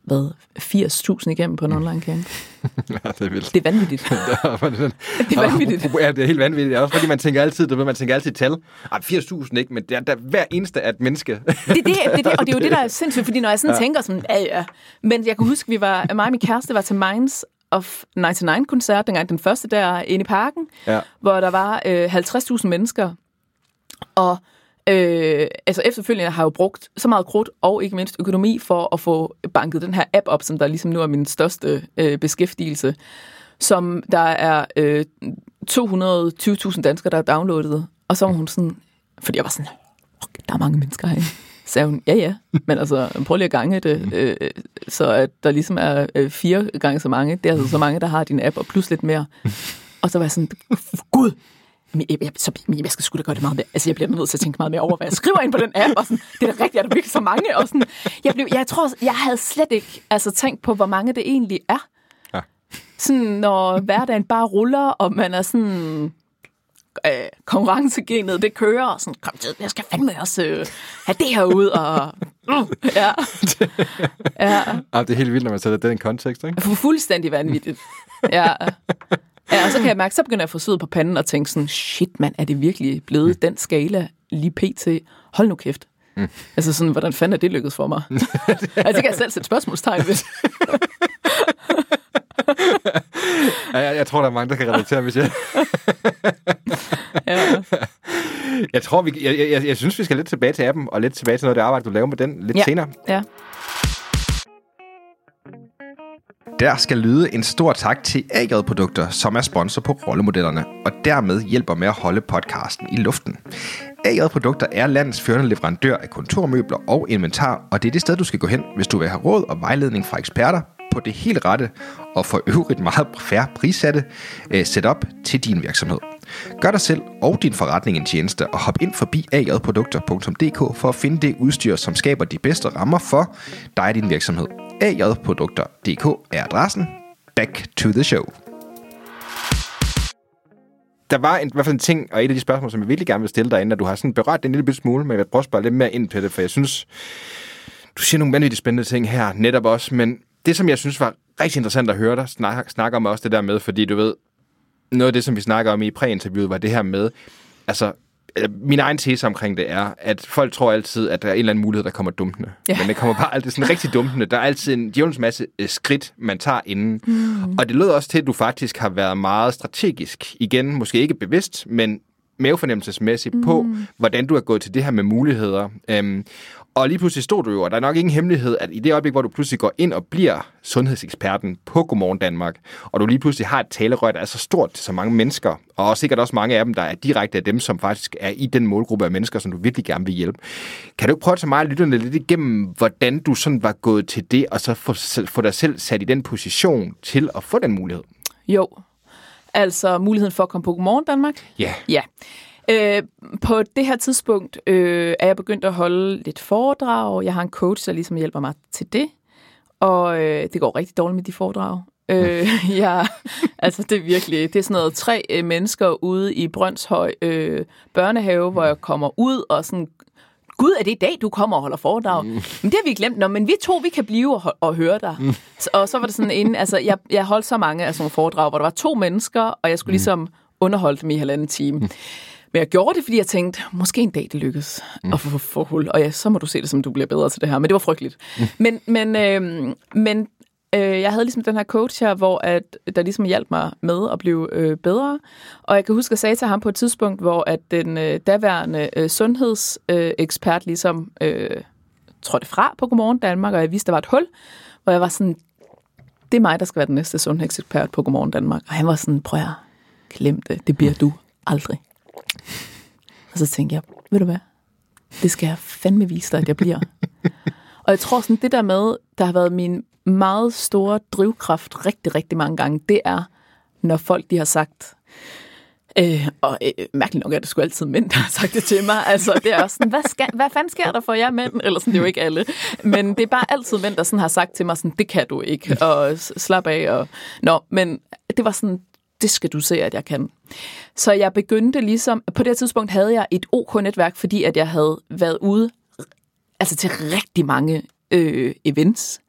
hvad, firs tusind igennem på en online-camp. Ja, det er vildt. Det er vanvittigt. Det er vanvittigt. Ja, det er helt vanvittigt. Det er også fordi, man tænker altid, du ved, man tænker altid tal. Ej, firs tusind ikke, men det er der hver eneste af et menneske. Det er det, det, er det, og det er jo det, der er sindssygt, fordi når jeg sådan ja. tænker sådan, ja, ja. Men jeg kan huske, vi var, mig og min kæreste var til Minds of nioghalvfems-koncert, dengang den første der inde i parken, ja. hvor der var øh, halvtreds tusind mennesker. Og øh, altså efterfølgende har jeg jo brugt så meget krudt og ikke mindst økonomi for at få banket den her app op, som der ligesom nu er min største øh, beskæftigelse, som der er øh, to hundrede og tyve tusind danskere, der har downloadet. Og så var hun sådan, fordi jeg var sådan, okay, der er mange mennesker herinde. Så sagde hun, ja ja, men altså prøv lige at gange det, øh, så at der ligesom er øh, fire gange så mange. Det er altså så mange, der har din app, og plus lidt mere. Og så var jeg sådan, gud, Jeg, jeg, så, jeg skal sgu da gøre det meget mere. Altså, jeg bliver nødt til at tænke meget mere over, hvad jeg skriver ind på den app. Og sådan, det er da rigtigt, at der virkelig så mange. Og sådan, jeg, blev, jeg tror, jeg havde slet ikke altså, tænkt på, hvor mange det egentlig er. Ja. Sådan, når hverdagen bare ruller, og man er sådan... Øh, konkurrencegenet, det kører, og sådan, kom til, jeg skal fandme også øh, have det her ud, og... Uh, ja. ja. Ja, det er helt vildt, når man sætter det i en kontekst, ikke? Fuldstændig vanvittigt. Ja. Ja, og så kan jeg mærke, så begynder jeg at få sved på panden og tænke sådan, shit mand, er det virkelig blevet mm. den skala lige pt? Hold nu kæft. Mm. Altså sådan, hvordan fanden er det lykkedes for mig? Altså, det kan jeg selv sætte spørgsmålstegn ved. Ja, jeg, jeg tror, der er mange, der kan relatere, hvis jeg... ja. Jeg tror, vi, jeg, jeg, jeg synes, vi skal lidt tilbage til appen, og lidt tilbage til noget af det arbejde, du laver med den lidt ja. senere. Ja. Der skal lyde en stor tak til A J-produkter, som er sponsor på Rollemodellerne, og dermed hjælper med at holde podcasten i luften. A J-produkter er landets førende leverandør af kontormøbler og inventar, og det er det sted, du skal gå hen, hvis du vil have råd og vejledning fra eksperter på det helt rette og for øvrigt meget fair prissatte uh, setup til din virksomhed. Gør dig selv og din forretning en tjeneste og hop ind forbi a j produkter punktum d k for at finde det udstyr, som skaber de bedste rammer for dig og din virksomhed. a j produkter punktum d k er adressen. Back to the show. Der var en, i hvert fald en ting, og et af de spørgsmål, som jeg virkelig gerne vil stille dig, inden du har sådan berørt det en lille smule, men jeg vil prøve at spørge lidt mere ind på det, for jeg synes, du siger nogle vanvittigt spændende ting her, netop også, men det, som jeg synes var rigtig interessant at høre dig snakke, snakke om også det der med, fordi du ved, noget af det, som vi snakker om i præinterviewet, var det her med, altså, min egen tese omkring det er, at folk tror altid, at der er en eller anden mulighed, der kommer dumpende. Ja. Men det kommer bare altid sådan rigtig dumpende. Der er altid en djævelens masse skridt, man tager inden. Mm. Og det lød også til, at du faktisk har været meget strategisk. Igen, måske ikke bevidst, men mavefornemmelsesmæssigt mm. på, hvordan du er gået til det her med muligheder. Øhm, og lige pludselig stod du jo, og der er nok ingen hemmelighed, at i det øjeblik, hvor du pludselig går ind og bliver sundhedseksperten på Godmorgen Danmark, og du lige pludselig har et talerør, der er så stort til så mange mennesker, og sikkert også mange af dem, der er direkte af dem, som faktisk er i den målgruppe af mennesker, som du virkelig gerne vil hjælpe. Kan du ikke prøve at tage mig og lytterne lidt igennem, hvordan du sådan var gået til det, og så få, få dig selv sat i den position til at få den mulighed? Jo, altså muligheden for at komme på Godmorgen Danmark? Ja. Yeah. Ja. Øh, på det her tidspunkt øh, er jeg begyndt at holde lidt foredrag. Jeg har en coach, der ligesom hjælper mig til det. Og øh, det går rigtig dårligt med de foredrag. Øh, jeg, altså det er virkelig, det er sådan noget tre øh, mennesker ude i Brøndshøj øh, børnehave, hvor jeg kommer ud og sådan, gud, er det i dag, du kommer og holder foredrag? Mm. Men det har vi glemt. Nå, men vi to, vi kan blive og, og høre dig. Mm. Så, og så var det sådan en, altså jeg, jeg holdt så mange af sådan nogle foredrag, hvor der var to mennesker, og jeg skulle ligesom underholde dem i halvanden time. Mm. Men jeg gjorde det, fordi jeg tænkte, måske en dag det lykkes mm. at få, få hul. Og ja, så må du se det, som du bliver bedre til det her. Men det var frygteligt. Mm. Men, men, øh, men øh, jeg havde ligesom den her coach her, hvor at, der ligesom hjalp mig med at blive øh, bedre. Og jeg kan huske, at jeg sagde til ham på et tidspunkt, hvor at den øh, daværende øh, sundhedsekspert øh, ligesom øh, trådte fra på Godmorgen Danmark, og jeg vidste, der var et hul, hvor jeg var sådan, det er mig, der skal være den næste sundhedsekspert på Godmorgen Danmark. Og han var sådan, prøv at glem det, det bliver du aldrig. Og så tænkte jeg, ved du hvad, det skal jeg fandme vise dig, at jeg bliver. Og jeg tror sådan, det der med, der har været min meget store drivkraft rigtig, rigtig mange gange, det er, når folk de har sagt, øh, og øh, mærkeligt nok er det sgu altid mænd, der har sagt det til mig, altså det er også sådan, hvad, skal, hvad fanden sker der for jer mænd? Eller sådan, det er jo ikke alle, men det er bare altid mænd, der sådan har sagt til mig, sådan, det kan du ikke, og slap af, og nå, men det var sådan, det skal du se, at jeg kan. Så jeg begyndte ligesom, på det her tidspunkt havde jeg et OK-netværk, fordi at jeg havde været ude altså til rigtig mange øh, events,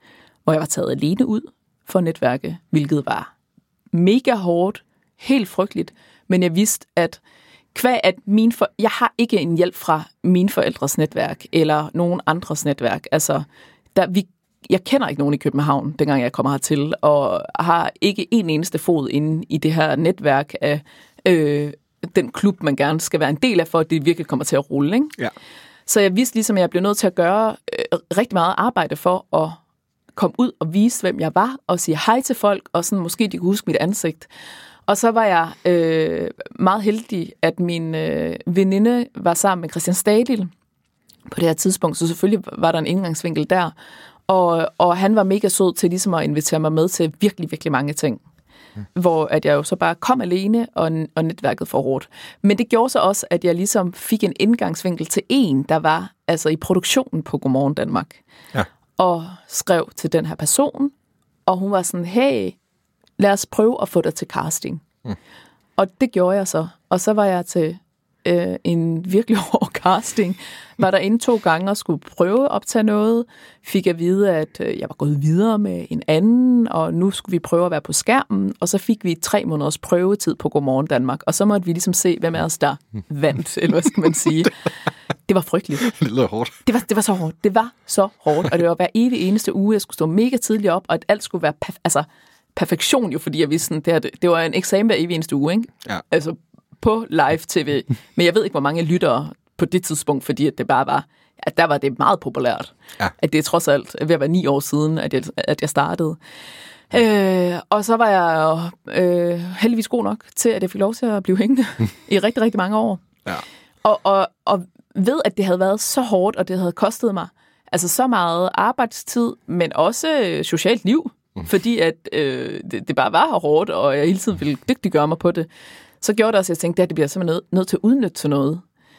hvor jeg var taget alene ud for at netværke, hvilket var mega hårdt, helt frygteligt, men jeg vidste, at kvad at mine for, jeg har ikke en hjælp fra mine forældres netværk, eller nogen andres netværk. Altså, der, vi, jeg kender ikke nogen i København, dengang jeg kommer hertil, og har ikke en eneste fod inde i det her netværk af øh, den klub, man gerne skal være en del af, for at det virkelig kommer til at rulle. Ikke? Ja. Så jeg vidste ligesom, at jeg blev nødt til at gøre øh, rigtig meget arbejde for at komme ud og vise, hvem jeg var, og sige hej til folk, og sådan måske de kunne huske mit ansigt. Og så var jeg øh, meget heldig, at min øh, veninde var sammen med Christian Stadil på det her tidspunkt, så selvfølgelig var der en indgangsvinkel der. Og, og han var mega sød til ligesom at invitere mig med til virkelig, virkelig mange ting. Mm. Hvor at jeg jo så bare kom alene, og, og netværket for hårdt. Men det gjorde så også, at jeg ligesom fik en indgangsvinkel til en, der var altså i produktionen på Godmorgen Danmark. Ja. Og skrev til den her person, og hun var sådan, hey, lad os prøve at få dig til casting. Mm. Og det gjorde jeg så. Og så var jeg til øh, en virkelig hård casting. Var der inde to gange og skulle prøve at optage noget. Fik at vide, at øh, jeg var gået videre med en anden, og nu skulle vi prøve at være på skærmen. Og så fik vi tre måneders prøvetid på Godmorgen Danmark. Og så måtte vi ligesom se, hvem af os der vandt, eller hvad skal man sige. Det var frygteligt. Det lyder hårdt. Det var, det var så hårdt. Det var så hårdt, og det var hver evig eneste uge. Jeg skulle stå mega tidligt op, og at alt skulle være perf- altså, perfektion, jo, fordi jeg vidste, sådan, det, her, det var en eksamen hver evig eneste uge, ikke? Ja. Altså på live-tv. Men jeg ved ikke, hvor mange lyttere på det tidspunkt, fordi at det bare var, at der var det meget populært. Ja. At det er trods alt ved at være ni år siden, at jeg, at jeg startede. Øh, og så var jeg øh, heldigvis god nok til, at jeg fik lov til at blive hængende i rigtig, rigtig mange år. Ja. Og, og, og ved, at det havde været så hårdt, og det havde kostet mig altså så meget arbejdstid, men også socialt liv, mm. fordi at øh, det, det bare var hårdt, og jeg hele tiden ville dygtiggøre mig på det, så gjorde det også, at jeg tænkte, at det bliver simpelthen nødt, nødt til at udnytte til noget.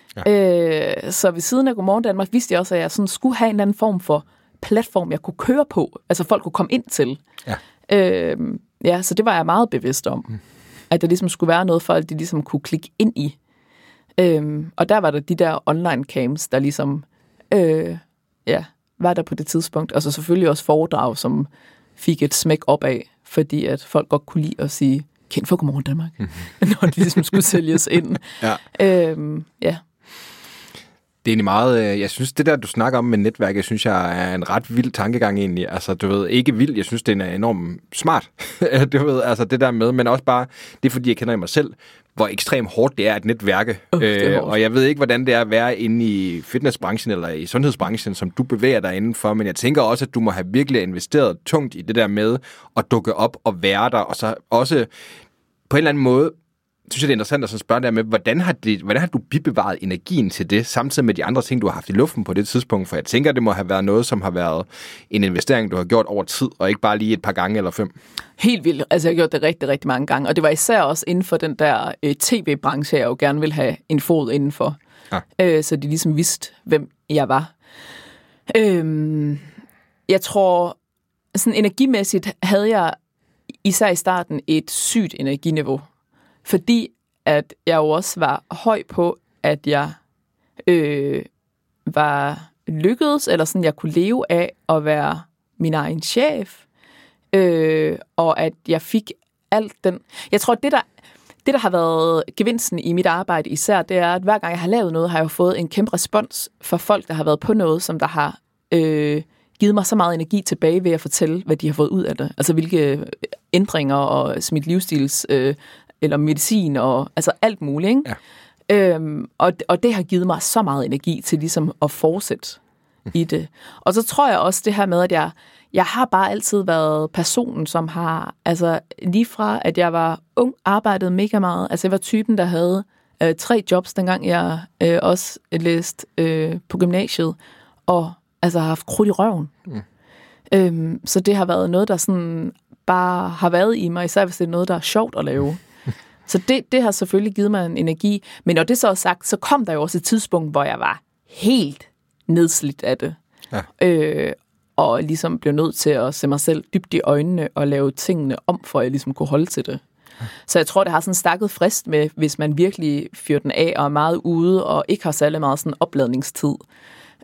Ja. Øh, så ved siden af Godmorgen Danmark vidste jeg også, at jeg sådan skulle have en eller anden form for platform, jeg kunne køre på, altså folk kunne komme ind til. Ja, øh, ja så det var jeg meget bevidst om, mm. at der ligesom skulle være noget, for at de ligesom kunne klikke ind i. Øhm, og der var der de der online cams, der ligesom øh, ja, var der på det tidspunkt. Og så selvfølgelig også foredrag, som fik et smæk opad, fordi at folk godt kunne lide at sige, kendt for Godmorgen Danmark, mm-hmm. når de ligesom skulle sælges ind. Ja. Øhm, ja. Det er egentlig meget, jeg synes, det der, du snakker om med netværk, jeg synes, jeg er en ret vild tankegang egentlig. Altså, du ved, ikke vild, jeg synes, det er enormt smart. Du ved, altså det der med, men også bare, det er fordi, jeg kender mig selv, hvor ekstremt hårdt det er at netværke. Uh, øh, og jeg ved ikke, hvordan det er at være inde i fitnessbranchen eller i sundhedsbranchen, som du bevæger dig indenfor, men jeg tænker også, at du må have virkelig investeret tungt i det der med at dukke op og være der, og så også på en eller anden måde, synes jeg, det er interessant at spørge der med, hvordan har, det, hvordan har du bibevaret energien til det, samtidig med de andre ting, du har haft i luften på det tidspunkt? For jeg tænker, det må have været noget, som har været en investering, du har gjort over tid, og ikke bare lige et par gange eller fem. Helt vildt. Altså, jeg har gjort det rigtig, rigtig mange gange. Og det var især også inden for den der øh, tv-branche, jeg jo gerne ville have en fod indenfor. Ja. Øh, så de ligesom vidste, hvem jeg var. Øh, jeg tror, sådan energimæssigt havde jeg især i starten et sygt energiniveau. Fordi at jeg jo også var høj på, at jeg øh, var lykkedes, eller sådan, jeg kunne leve af at være min egen chef, øh, og at jeg fik alt den... Jeg tror, det der, det, der har været gevinsten i mit arbejde især, det er, at hver gang jeg har lavet noget, har jeg fået en kæmpe respons fra folk, der har været på noget, som der har øh, givet mig så meget energi tilbage ved at fortælle, hvad de har fået ud af det. Altså, hvilke ændringer og mit livsstils... Øh, eller medicin, og altså alt muligt, ikke? Ja. Øhm, og, og det har givet mig så meget energi til ligesom at fortsætte mm. i det. Og så tror jeg også det her med, at jeg, jeg har bare altid været personen, som har, altså lige fra, at jeg var ung, arbejdede mega meget. Altså jeg var typen, der havde øh, tre jobs, dengang jeg øh, også læste øh, på gymnasiet, og altså har haft krudt i røven. Mm. Øhm, så det har været noget, der sådan bare har været i mig, især hvis det er noget, der er sjovt at lave. Så det, det har selvfølgelig givet mig en energi. Men når det så er sagt, så kom der jo også et tidspunkt, hvor jeg var helt nedslidt af det. Ja. Øh, og ligesom blev nødt til at se mig selv dybt i øjnene og lave tingene om, for at jeg ligesom kunne holde til det. Ja. Så jeg tror, det har sådan stakket frist med, hvis man virkelig fyrer den af og er meget ude og ikke har særlig meget sådan opladningstid.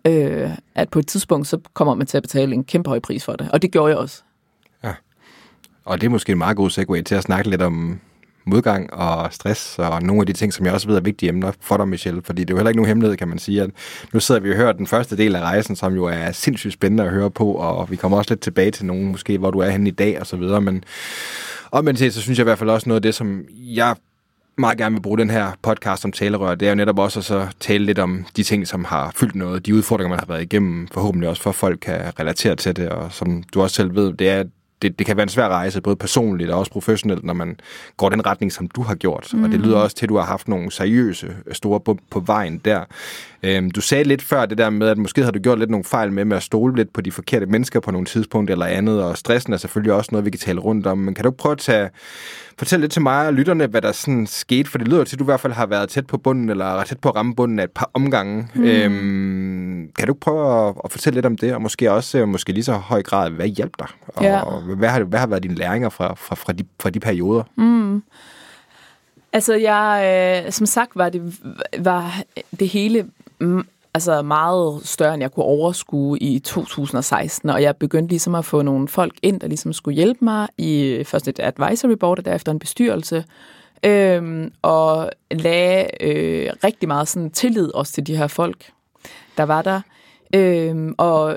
øh, at på et tidspunkt, så kommer man til at betale en kæmpe høj pris for det. Og det gjorde jeg også. Ja. Og det er måske en meget god segue til at snakke lidt om modgang og stress, og nogle af de ting, som jeg også ved er vigtige emner for dig, Michelle, fordi det er jo heller ikke nogen hemmelighed, kan man sige, at nu sidder vi og hører den første del af rejsen, som jo er sindssygt spændende at høre på, og vi kommer også lidt tilbage til nogen, måske hvor du er henne i dag, og så videre, men omvendt set, så synes jeg i hvert fald også noget af det, som jeg meget gerne vil bruge den her podcast om talerør, det er jo netop også at så tale lidt om de ting, som har fyldt noget, de udfordringer, man har været igennem, forhåbentlig også for, at folk kan relatere til det, og som du også selv ved, det er Det, det kan være en svær rejse, både personligt og også professionelt, når man går den retning, som du har gjort. Mm. Og det lyder også til, at du har haft nogle seriøse store på, på vejen der. Øhm, du sagde lidt før det der med, at måske har du gjort lidt nogle fejl med, med at stole lidt på de forkerte mennesker på nogle tidspunkter eller andet, og stressen er selvfølgelig også noget, vi kan tale rundt om. Men kan du prøve at tage, fortælle lidt til mig og lytterne, hvad der sådan skete? For det lyder til, at du i hvert fald har været tæt på bunden, eller ret tæt på at ramme bunden af et par omgange. Mm. Øhm, kan du prøve at, at fortælle lidt om det, og måske også måske lige så høj grad, hvad hjalp dig? Og, ja. og hvad, har, hvad har været dine læringer fra, fra, fra, de, fra de perioder? Mm. Altså, jeg, øh, som sagt, var det, var det hele mm, altså meget større, end jeg kunne overskue i to tusind og seksten, og jeg begyndte ligesom at få nogle folk ind, der ligesom skulle hjælpe mig i først et advisory board, og derefter en bestyrelse, øhm, og lagde øh, rigtig meget sådan tillid også til de her folk, der var der, øhm, og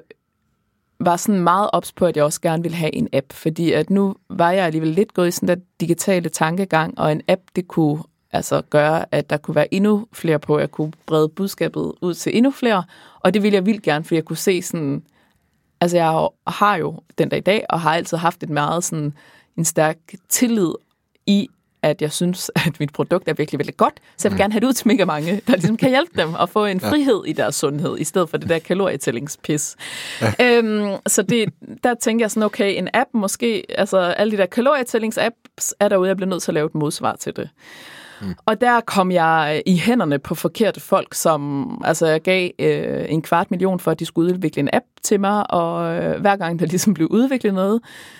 var sådan meget ops på, at jeg også gerne ville have en app, fordi at nu var jeg alligevel lidt gået i sådan der digitale tankegang, og en app, det kunne altså gøre, at der kunne være endnu flere på, jeg kunne brede budskabet ud til endnu flere, og det ville jeg vildt gerne, fordi jeg kunne se sådan, altså jeg har jo den dag i dag, og har altid haft et meget sådan, en stærk tillid i, at jeg synes, at mit produkt er virkelig, virkelig godt, så jeg vil gerne have det ud til mega mange, der ligesom kan hjælpe dem og få en frihed i deres sundhed, i stedet for det der kalorietællingspis. Ja. Øhm, så det, der tænker jeg sådan, okay, en app måske, altså alle de der kalorietællingsapps er derude, jeg bliver nødt til at lave et modsvar til det. Mm. Og der kom jeg i hænderne på forkerte folk, som altså jeg gav øh, en kvart million for, at de skulle udvikle en app til mig, og øh, hver gang der ligesom blev udviklet noget,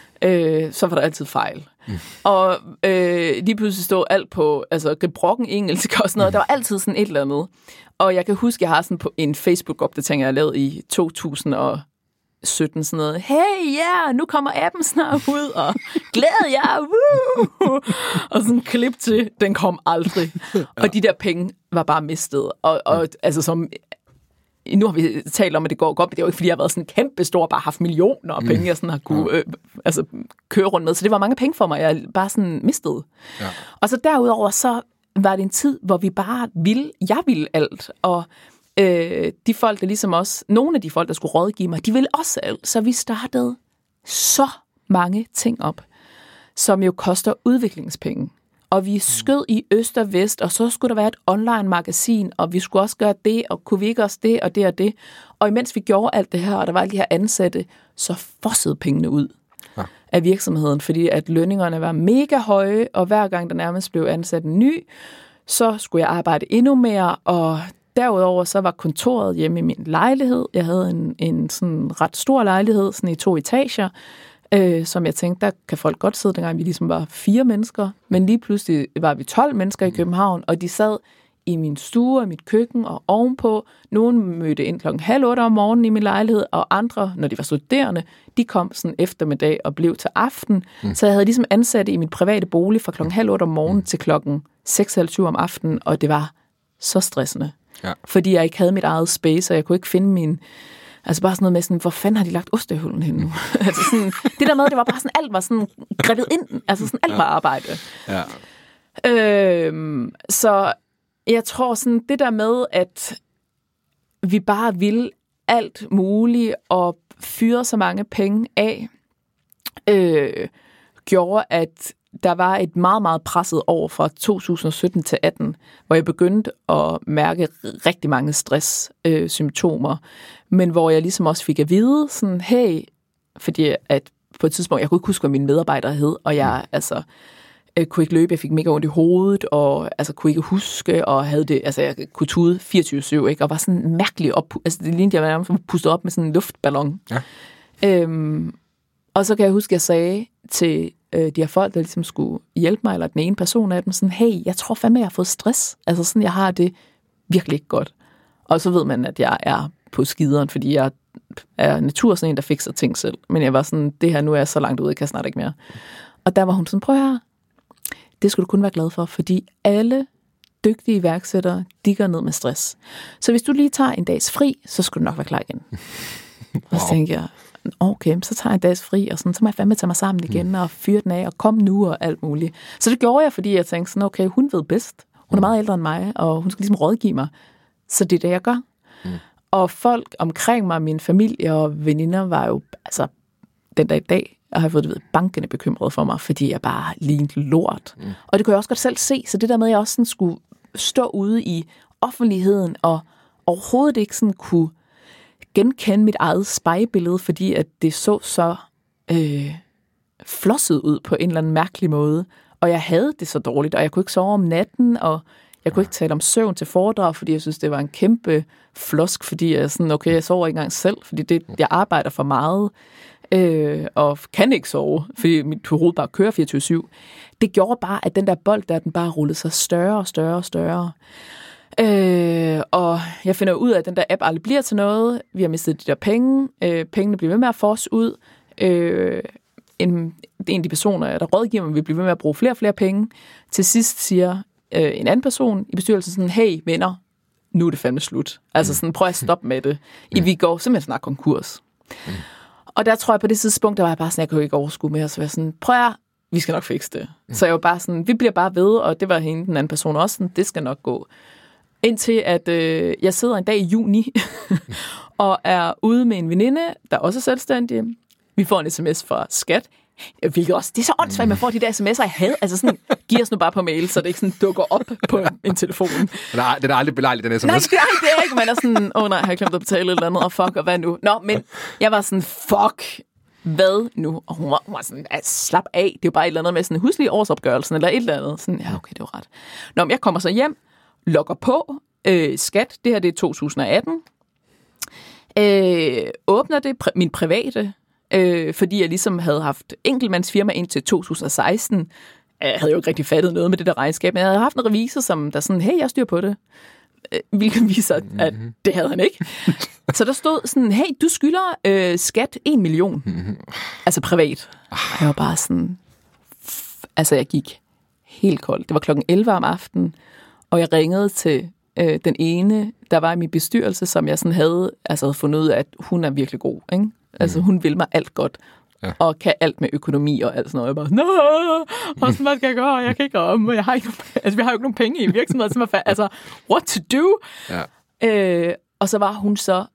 øh, så var der altid fejl. Mm. Og øh, lige pludselig stod alt på altså gebrokken engelsk og sådan noget. Mm. Der var altid sådan et eller andet. Og jeg kan huske, jeg har sådan på en Facebook-opdatering, jeg lavede i to tusind og sytten, sådan noget, hey, ja, yeah, nu kommer appen snart ud, og glæd jer, woo! Og sådan en klip til, den kom aldrig. Ja. Og de der penge var bare mistet. Og, og mm. altså som, nu har vi talt om, at det går godt, men det er jo ikke, fordi jeg har været sådan kæmpe stor, bare haft millioner af penge, mm. jeg sådan har kunne øh, altså, køre rundt med. Så det var mange penge for mig, jeg bare sådan mistede. Ja. Og så derudover, så var det en tid, hvor vi bare ville, jeg ville alt, og Øh, de folk, der ligesom også, nogle af de folk, der skulle rådgive mig, de ville også alt. Så vi startede så mange ting op, som jo koster udviklingspenge. Og vi skød i øst og vest, og så skulle der være et online-magasin, og vi skulle også gøre det, og kunne vi ikke også det, og det og det. Og imens vi gjorde alt det her, og der var alle de her ansatte, så fossede pengene ud ja. af virksomheden, fordi at lønningerne var mega høje, og hver gang der nærmest blev ansat en ny, så skulle jeg arbejde endnu mere, og derudover så var kontoret hjemme i min lejlighed. Jeg havde en, en sådan ret stor lejlighed, sådan i to etager, øh, som jeg tænkte, der kan folk godt sidde, dengang vi ligesom var fire mennesker. Men lige pludselig var vi tolv mennesker i København, og de sad i min stue og mit køkken og ovenpå. Nogle mødte ind klokken halv otte om morgenen i min lejlighed, og andre, når de var studerende, de kom sådan eftermiddag og blev til aften. Mm. Så jeg havde ligesom ansat i min private bolig fra klokken halv otte om morgenen mm. til klokken seks halv syv om aftenen, og det var så stressende. Ja. Fordi jeg ikke havde mit eget space, og jeg kunne ikke finde min... Altså bare sådan noget med sådan, hvor fanden har de lagt ostehullen hen nu? altså sådan, det der med, det var bare sådan, alt var sådan grebet ind. Altså sådan, alt ja. var arbejde. Ja. Øhm, så jeg tror sådan, det der med, at vi bare ville alt muligt, og fyre så mange penge af, øh, gjorde, at der var et meget, meget presset år fra to tusind og sytten til atten, hvor jeg begyndte at mærke rigtig mange stresssymptomer, øh, men hvor jeg ligesom også fik at vide, sådan, hey, fordi at på et tidspunkt, jeg kunne ikke huske, hvad mine medarbejdere hed, og jeg mm. altså øh, kunne ikke løbe, jeg fik mega ondt i hovedet, og altså kunne ikke huske, og havde det, altså jeg kunne tude fireogtyve syv, ikke, og var sådan mærkelig op, altså det lignede, jeg var pustet op med sådan en luftballon. Ja. Øhm, og så kan jeg huske, at jeg sagde til de her folk, der ligesom skulle hjælpe mig, eller den ene person af dem, sådan, hey, jeg tror fandme, jeg har fået stress. Altså sådan, jeg har det virkelig ikke godt. Og så ved man, at jeg er på skideren, fordi jeg er natur sådan en, der fikser ting selv. Men jeg var sådan, det her nu er jeg så langt ude, jeg kan snart ikke mere. Og der var hun sådan, prøv her, det skulle du kun være glad for, fordi alle dygtige iværksættere, de går ned med stress. Så hvis du lige tager en dags fri, så skal du nok være klar igen. Wow. Og så tænkte jeg, okay, så tager jeg en dags fri, og sådan, så må jeg fandme tage mig sammen igen, mm. og fyre den af, og kom nu, og alt muligt. Så det gjorde jeg, fordi jeg tænkte sådan, okay, hun ved bedst. Hun er meget ældre end mig, og hun skal ligesom rådgive mig. Så det er det, jeg gør. Mm. Og folk omkring mig, min familie og veninder, var jo, altså, den dag i dag, og har fået det ved, bankende bekymret for mig, fordi jeg bare lignede lort. Mm. Og det kunne jeg også godt selv se, så det der med, at jeg også sådan skulle stå ude i offentligheden, og overhovedet ikke sådan kunne genkende mit eget spejlbillede, fordi at det så så øh, flosset ud på en eller anden mærkelig måde. Og jeg havde det så dårligt, og jeg kunne ikke sove om natten, og jeg kunne ikke tale om søvn til foredrag, fordi jeg synes, det var en kæmpe flosk, fordi jeg sådan, okay, jeg sover ikke engang selv, fordi det, jeg arbejder for meget, øh, og kan ikke sove, fordi mit hoved bare kører fireogtyve syv. Det gjorde bare, at den der bold der, den bare rullede sig større og større og større. Øh, og jeg finder ud af, at den der app aldrig bliver til noget. Vi har mistet de der penge. Øh, pengene bliver ved med at force ud. Øh, en, en af de personer, der rådgiver mig, vil blive ved med at bruge flere og flere penge. Til sidst siger øh, en anden person i bestyrelsen sådan, hey venner, nu er det fandme slut. Altså sådan, prøv at stoppe med det. I vi går simpelthen snart konkurs. Mm. Og der tror jeg på det tidspunkt, der var jeg bare sådan, jeg kunne ikke overskue mere. Så var jeg sådan, prøv at, vi skal nok fikse det. Mm. Så jeg var bare sådan, vi bliver bare ved, og det var hende, den anden person også sådan, det skal nok gå. Indtil at øh, jeg sidder en dag i juni, og er ude med en veninde, der også er selvstændig. Vi får en sms fra Skat. Hvilket også, det er så åndssvagt, man får de der sms'er, jeg havde. Altså sådan, giv os nu bare på mail, så det ikke sådan dukker op på en telefon. Nej, det er aldrig belejligt, den sms. Nej, det er, det er ikke. Man er sådan, åh oh, nej, har jeg glemt at betale et eller andet, og fuck, og hvad nu? Nå, men jeg var sådan, fuck, hvad nu? Og hun var, hun var sådan, slap af, det er jo bare et eller andet med sådan huslig årsopgørelsen, eller et eller andet. Sådan, ja, okay, det var ret. Nå, men jeg kommer så hjem, logger på, øh, skat, det her det er to tusind atten, øh, åbner det, pr- min private, øh, fordi jeg ligesom havde haft enkeltmandsfirma indtil to tusind seksten, jeg havde jo ikke rigtig fattet noget med det der regnskab, men jeg havde haft en revisor, som der sådan, hey, jeg styr på det, øh, hvilket viser, at mm-hmm. det havde han ikke. Så der stod sådan, hey, du skylder øh, skat en million, mm-hmm. altså privat. Og jeg var bare sådan, f- altså jeg gik helt koldt. Det var klokken elleve om aftenen, og jeg ringede til øh, den ene, der var i min bestyrelse, som jeg sådan havde, altså havde fundet ud af, at hun er virkelig god. Ikke? Altså hun vil mig alt godt, ja. Og kan alt med økonomi og alt sådan noget. Jeg bare, nå, hvad skal jeg gøre? Jeg kan ikke om, jeg har ikke, altså vi har jo ikke nogen penge i virksomheden, som er fa- altså, what to do? Ja. Øh, og så var hun så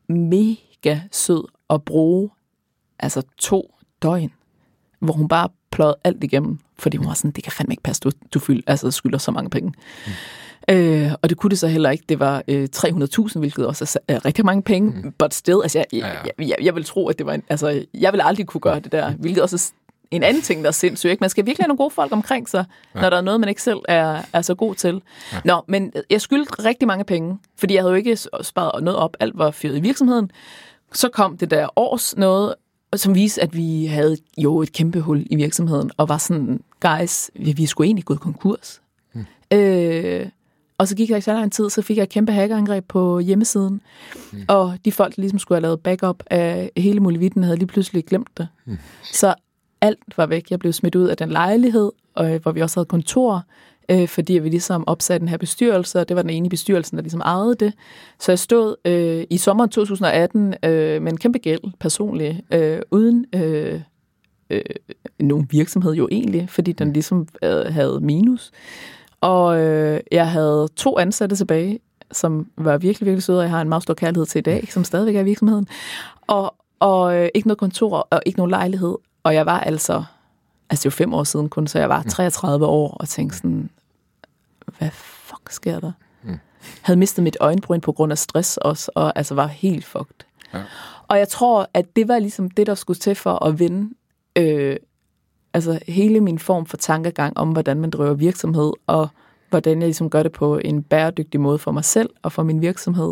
mega sød at bruge, altså to døgn, hvor hun bare pløjede alt igennem, fordi hun var sådan, det kan fandme ikke passe, du, du fyld, altså, skylder så mange penge. Mm. Øh, og det kunne det så heller ikke. Det var øh, tre hundrede tusind, hvilket også er rigtig mange penge, mm. but still, altså, jeg, ja, ja. Jeg, jeg, jeg vil tro, at det var en, altså, jeg vil aldrig kunne gøre det der, hvilket også er en anden ting, der er sindssygt, ikke? Man skal virkelig have nogle gode folk omkring sig, ja. Når der er noget, man ikke selv er, er så god til. Ja. Nå, men jeg skyldte rigtig mange penge, fordi jeg havde jo ikke sparet noget op, alt var fyret i virksomheden. Så kom det der års noget, som viste, at vi havde jo et kæmpe hul i virksomheden, og var sådan, guys, vi, vi skulle egentlig gået konkurs. Hmm. Øh, og så gik jeg ikke så lang tid, så fik jeg et kæmpe hackerangreb på hjemmesiden, hmm. og de folk, der ligesom skulle have lavet backup af hele muligheden, havde lige pludselig glemt det. Hmm. Så alt var væk. Jeg blev smidt ud af den lejlighed, og, hvor vi også havde kontor, øh, fordi vi ligesom opsatte den her bestyrelse, og det var den ene i bestyrelsen, der ligesom ejede det. Så jeg stod øh, i sommeren to tusind atten øh, med en kæmpe gæld personligt, øh, uden øh, øh, nogen virksomhed jo egentlig, fordi den ligesom øh, havde minus. Og øh, jeg havde to ansatte tilbage, som var virkelig, virkelig søde, og jeg har en meget stor kærlighed til i dag, som stadigvæk er i virksomheden. Og, og øh, ikke noget kontor, og ikke nogen lejlighed. Og jeg var altså, altså det var fem år siden kun, så jeg var treogtredive år, og tænkte sådan, hvad fuck sker der? Mm. Havde mistet mit øjenbryn på grund af stress også, og altså var helt fucked. Ja. Og jeg tror, at det var ligesom det, der skulle til for at vinde øh, altså hele min form for tankegang om, hvordan man driver virksomhed, og hvordan jeg ligesom gør det på en bæredygtig måde for mig selv og for min virksomhed.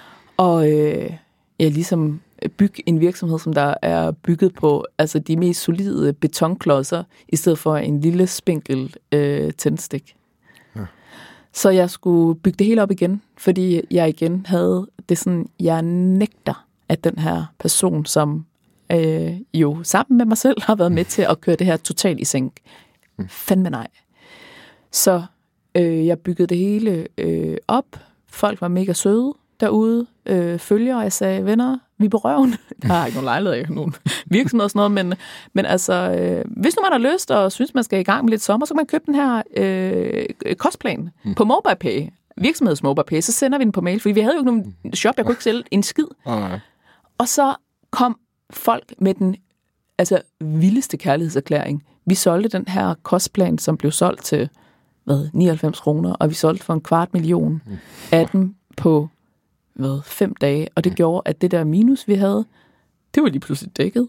Og øh, jeg ligesom bygge en virksomhed, som der er bygget på altså de mest solide betonklodser, i stedet for en lille spinkel øh, tændstik. Ja. Så jeg skulle bygge det hele op igen, fordi jeg igen havde det sådan, jeg nægter, at den her person, som øh, jo sammen med mig selv har været med til at køre det her totalt i sænk. Mm. Fandme nej. Så øh, jeg byggede det hele øh, op. Folk var mega søde derude. Øh, følger, og jeg sagde, venner, vi er på røven. Der er ikke nogen lejlighed, ikke nogen virksomhed og sådan noget, men, men altså, øh, hvis nu man har lyst og synes, man skal i gang med lidt sommer, så kan man købe den her øh, kostplan mm. på MobilePay, virksomheds MobilePay, så sender vi den på mail, fordi vi havde jo ikke nogen shop, jeg kunne ikke sælge en skid. Okay. Og så kom folk med den altså, vildeste kærlighedserklæring. Vi solgte den her kostplan, som blev solgt til hvad, nioghalvfems kroner, og vi solgte for en kvart million mm. af dem på hvad, fem dage, og det gjorde, at det der minus, vi havde, det var lige pludselig dækket.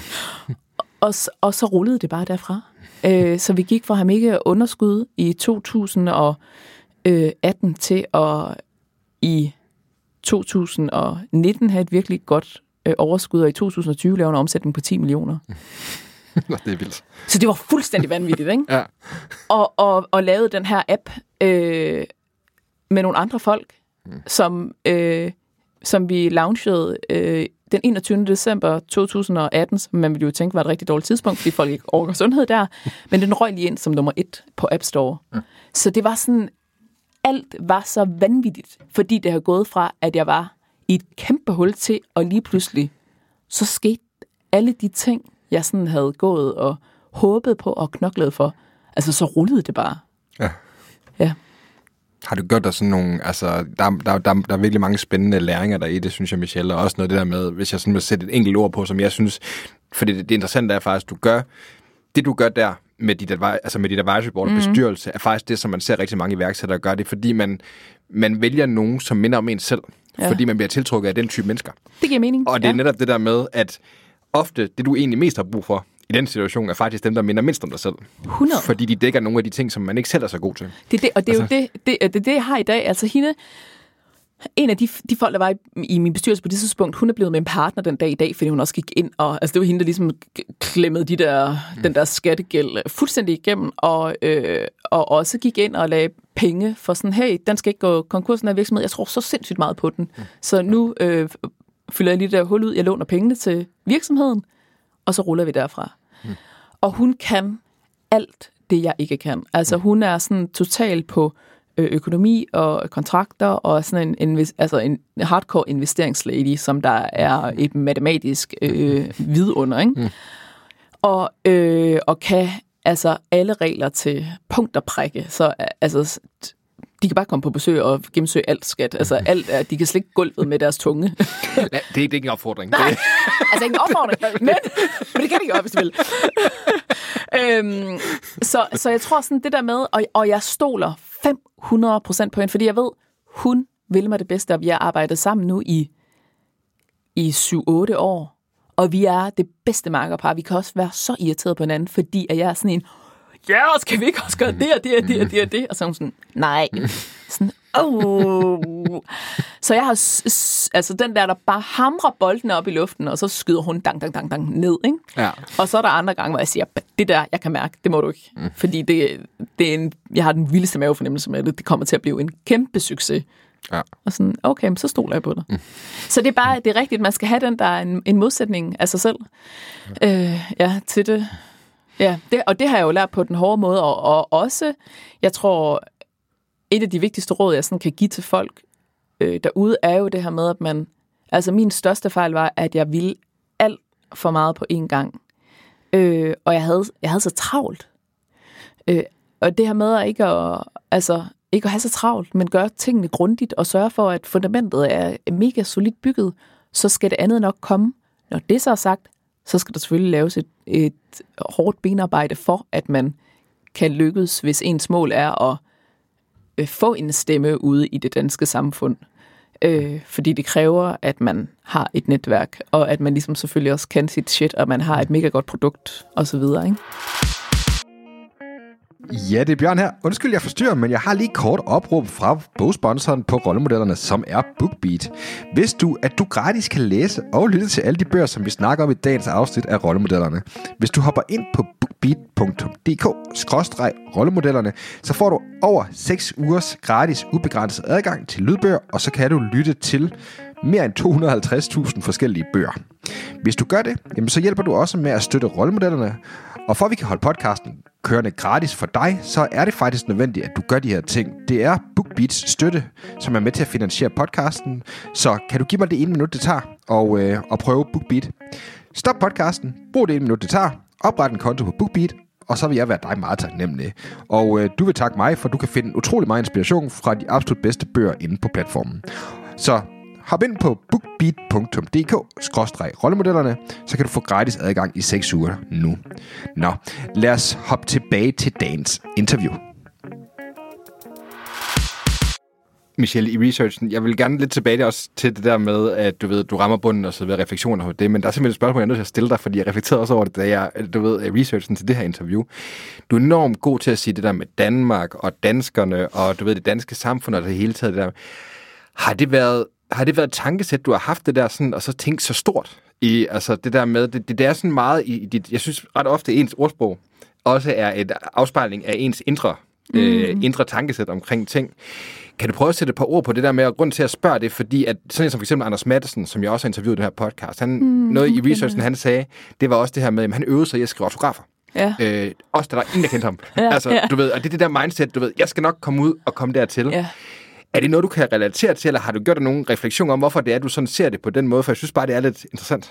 og, og så rullede det bare derfra. Øh, så vi gik fra at have mega underskud i to tusind atten til at i to tusind nitten have et virkelig godt øh, overskud, og i to tusind tyve lave en omsætning på ti millioner. Nå, det er vildt. Så det var fuldstændig vanvittigt, ikke? Ja. Og, og, og lavede den her app øh, med nogle andre folk, mm. som, øh, som vi launchede øh, den enogtyvende december to tusind atten, som man ville jo tænke var et rigtig dårligt tidspunkt, fordi folk ikke orker sundhed der, men den røg lige ind som nummer et på App Store. Mm. Så det var sådan, alt var så vanvittigt, fordi det har gået fra, at jeg var i et kæmpe hul til, og lige pludselig, så skete alle de ting, jeg sådan havde gået og håbet på og knoklet for. Altså, så rullede det bare. Ja. Ja. Har du gjort dig sådan nogle, altså, der, der, der, der er virkelig mange spændende læringer der i det, synes jeg, Michelle, og også noget det der med, hvis jeg sådan vil sætte et enkelt ord på, som jeg synes, fordi det, det interessante er faktisk, du gør, det du gør der med dit, altså med dit advisory board mm. bestyrelse, er faktisk det, som man ser rigtig mange iværksættere gøre, det er fordi man, man vælger nogen, som minder om en selv, ja. Fordi man bliver tiltrukket af den type mennesker. Det giver mening. Og det er ja. netop det der med, at ofte, det du egentlig mest har brug for i den situation, er faktisk dem, der minder mindst om dig selv. hundrede Fordi de dækker nogle af de ting, som man ikke selv er så god til. Det er det, og det er altså. jo det, det, det, det, jeg har i dag. Altså hende, en af de, de folk, der var i, i min bestyrelse på det tidspunkt, hun er blevet med en partner den dag i dag, fordi hun også gik ind, og altså det var hende, der ligesom klemmede de der, mm. den der skattegæld fuldstændig igennem, og, øh, og også gik ind og lagde penge for sådan, hey, den skal ikke gå konkursen af virksomhed. Jeg tror så sindssygt meget på den. Mm. Så nu øh, fylder jeg lige det der hul ud, jeg låner pengene til virksomheden, og så ruller vi derfra. Mm. Og hun kan alt det, jeg ikke kan. Altså, hun er sådan totalt på økonomi og kontrakter, og sådan en, en, altså en hardcore investeringslady, som der er et matematisk øh, vidunder, ikke? Mm. Og, øh, og kan altså alle regler til punkt og prikke. Så altså, de kan bare komme på besøg og gennemsøge alt skat. Altså alt er, de kan slikke gulvet med deres tunge. Ja, det, er, det er ikke en opfordring. Nej, altså ikke en opfordring, men, men det kan de gøre, hvis de vil. øhm, så, så jeg tror sådan det der med, og, og jeg stoler fem hundrede procent på hende, fordi jeg ved, hun vil mig det bedste, og vi har arbejdet sammen nu i, i syv otte år, og vi er det bedste makkerpar. Vi kan også være så irriteret på hinanden, fordi at jeg er sådan en, ja, skal vi ikke også gøre det og det og det og det og det? Og så er hun sådan, nej. Sådan, oh. Så jeg har, altså den der, der bare hamrer boldene op i luften, og så skyder hun dang, dang, dang, dang ned, ikke? Ja. Og så er der andre gange, hvor jeg siger, det der, jeg kan mærke, det må du ikke. Mm. Fordi det, det er en, jeg har den vildeste mavefornemmelse med det. Det kommer til at blive en kæmpe succes. Ja. Og sådan, okay, så stoler jeg på dig. Mm. Så det er bare, det er rigtigt, man skal have den, der er en, en modsætning af sig selv. Ja, øh, ja til det. Ja, det, og det har jeg jo lært på den hårde måde, og, og også, jeg tror, et af de vigtigste råd, jeg sådan kan give til folk øh, derude, er jo det her med, at man, altså min største fejl var, at jeg ville alt for meget på én gang. Øh, og jeg havde, jeg havde så travlt. Øh, og det her med at ikke at, altså, ikke at have så travlt, men gøre tingene grundigt, og sørge for, at fundamentet er mega solidt bygget, så skal det andet nok komme. Når det så er sagt, så skal der selvfølgelig laves et, et hårdt benarbejde for, at man kan lykkes, hvis ens mål er at øh, få en stemme ude i det danske samfund. Øh, fordi det kræver, at man har et netværk, og at man ligesom selvfølgelig også kan sit shit, og man har et mega godt produkt, og så videre, ikke? Ja, det er Bjørn her. Undskyld, jeg forstyrrer, men jeg har lige kort opråb fra bogsponsoren på rollemodellerne, som er BookBeat. Hvis du, at du gratis kan læse og lytte til alle de bøger, som vi snakker om i dagens afsnit af rollemodellerne. Hvis du hopper ind på bookbeat bookbeat punktum d k skråstreg rollemodellerne, så får du over seks ugers gratis ubegrænset adgang til lydbøger, og så kan du lytte til mere end to hundrede og halvtreds tusind forskellige bøger. Hvis du gør det, jamen så hjælper du også med at støtte rollemodellerne, og for at vi kan holde podcasten kørende gratis for dig, så er det faktisk nødvendigt, at du gør de her ting. Det er BookBeats støtte, som er med til at finansiere podcasten, så kan du give mig det ene minut, det tager, og, øh, og prøve BookBeat. Stop podcasten, brug det ene minut, det tager, opret en konto på BookBeat, og så vil jeg være dig meget taknemmelig. Og øh, du vil takke mig, for du kan finde utrolig meget inspiration fra de absolut bedste bøger inde på platformen. Så hop ind på bookbeat punktum d k skråstreg rollemodellerne, så kan du få gratis adgang i seks uger nu. Nå, lad os hoppe tilbage til dagens interview. Michelle, i researchen, jeg vil gerne lidt tilbage også til det der med, at du ved, du rammer bunden og så ved refleksioner på det, men der er simpelthen et spørgsmål, jeg er nødt til at stille dig, fordi jeg reflekterede også over det, da jeg, du ved, researchen til det her interview. Du er enormt god til at sige det der med Danmark og danskerne, og du ved, det danske samfund og det hele taget det der. Har det været Har det været et tankesæt, du har haft det der sådan, og så tænkt så stort i, altså det der med, det, det, det er sådan meget i dit, jeg synes ret ofte ens ordsprog også er et afspejling af ens indre, mm. øh, indre tankesæt omkring ting. Kan du prøve at sætte et par ord på det der med, og grund til at spørge det, fordi at sådan som for eksempel Anders Matthesen, som jeg også har interviewet i den her podcast, han, mm, noget i researchen, han sagde, det var også det her med, at han øvede sig i at skrive autografer. Ja. Øh, også da der ingen, der kendte ham. ja, altså, ja. Du ved, og det er det der mindset, du ved, jeg skal nok komme ud og komme dertil. Ja. Er det noget, du kan relatere til, eller har du gjort dig nogle refleksioner om, hvorfor det er, du sådan ser det på den måde? For jeg synes bare, det er lidt interessant.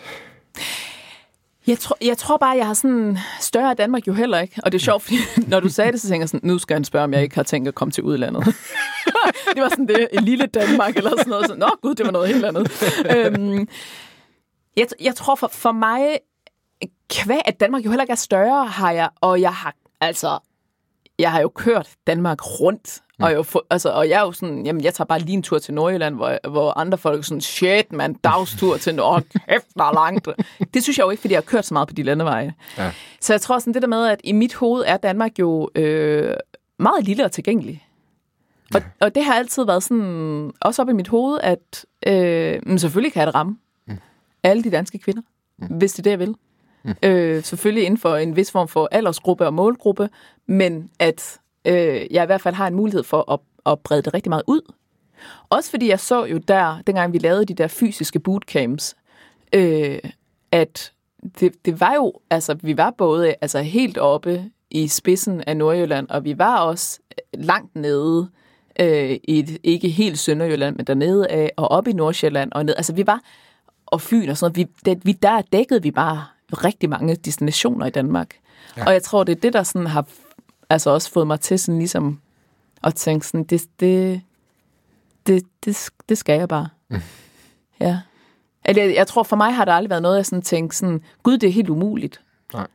Jeg, tro, jeg tror bare, jeg har sådan større af Danmark jo heller ikke. Og det er sjovt, fordi når du sagde det, så tænker jeg sådan, nu skal han spørge, om jeg ikke har tænkt at komme til udlandet. Det var sådan det, en lille Danmark eller sådan noget. Så, nå gud, det var noget helt andet. øhm, jeg, jeg tror for, for mig, kvæg at Danmark jo heller ikke er større, har jeg, og jeg har altså, jeg har jo kørt Danmark rundt. Mm. Og, jo, altså, og jeg er jo sådan, jamen jeg tager bare lige en tur til Nordjylland, hvor, hvor andre folk er sådan, shit man, dagstur til Nord, kæft, der er langt. Det synes jeg jo ikke, fordi jeg har kørt så meget på de landeveje. Ja. Så jeg tror sådan det der med, at i mit hoved er Danmark jo øh, meget lille og tilgængelig. Ja. Og, og det har altid været sådan, også op i mit hoved, at øh, men selvfølgelig kan det ramme mm. alle de danske kvinder, mm. hvis det er det, jeg vil. Mm. Øh, selvfølgelig inden for en vis form for aldersgruppe og målgruppe, men at øh, jeg i hvert fald har en mulighed for at, at brede det rigtig meget ud. Også fordi jeg så jo der, dengang vi lavede de der fysiske bootcamps, øh, at det, det var jo, altså vi var både altså, helt oppe i spidsen af Nordjylland, og vi var også langt nede øh, i et, ikke helt Sønderjylland, men dernede af, og oppe i Nordsjælland, og ned, altså vi var, og Fyn og sådan noget, vi, det, vi, der dækkede vi bare rigtig mange destinationer i Danmark. Ja. Og jeg tror, det er det, der sådan har altså også fået mig til sådan ligesom at tænke sådan, det, det, det, det, det skal jeg bare. Mm. Ja. Jeg, jeg tror, for mig har det aldrig været noget, jeg sådan tænkte sådan, gud, det er helt umuligt. Nej.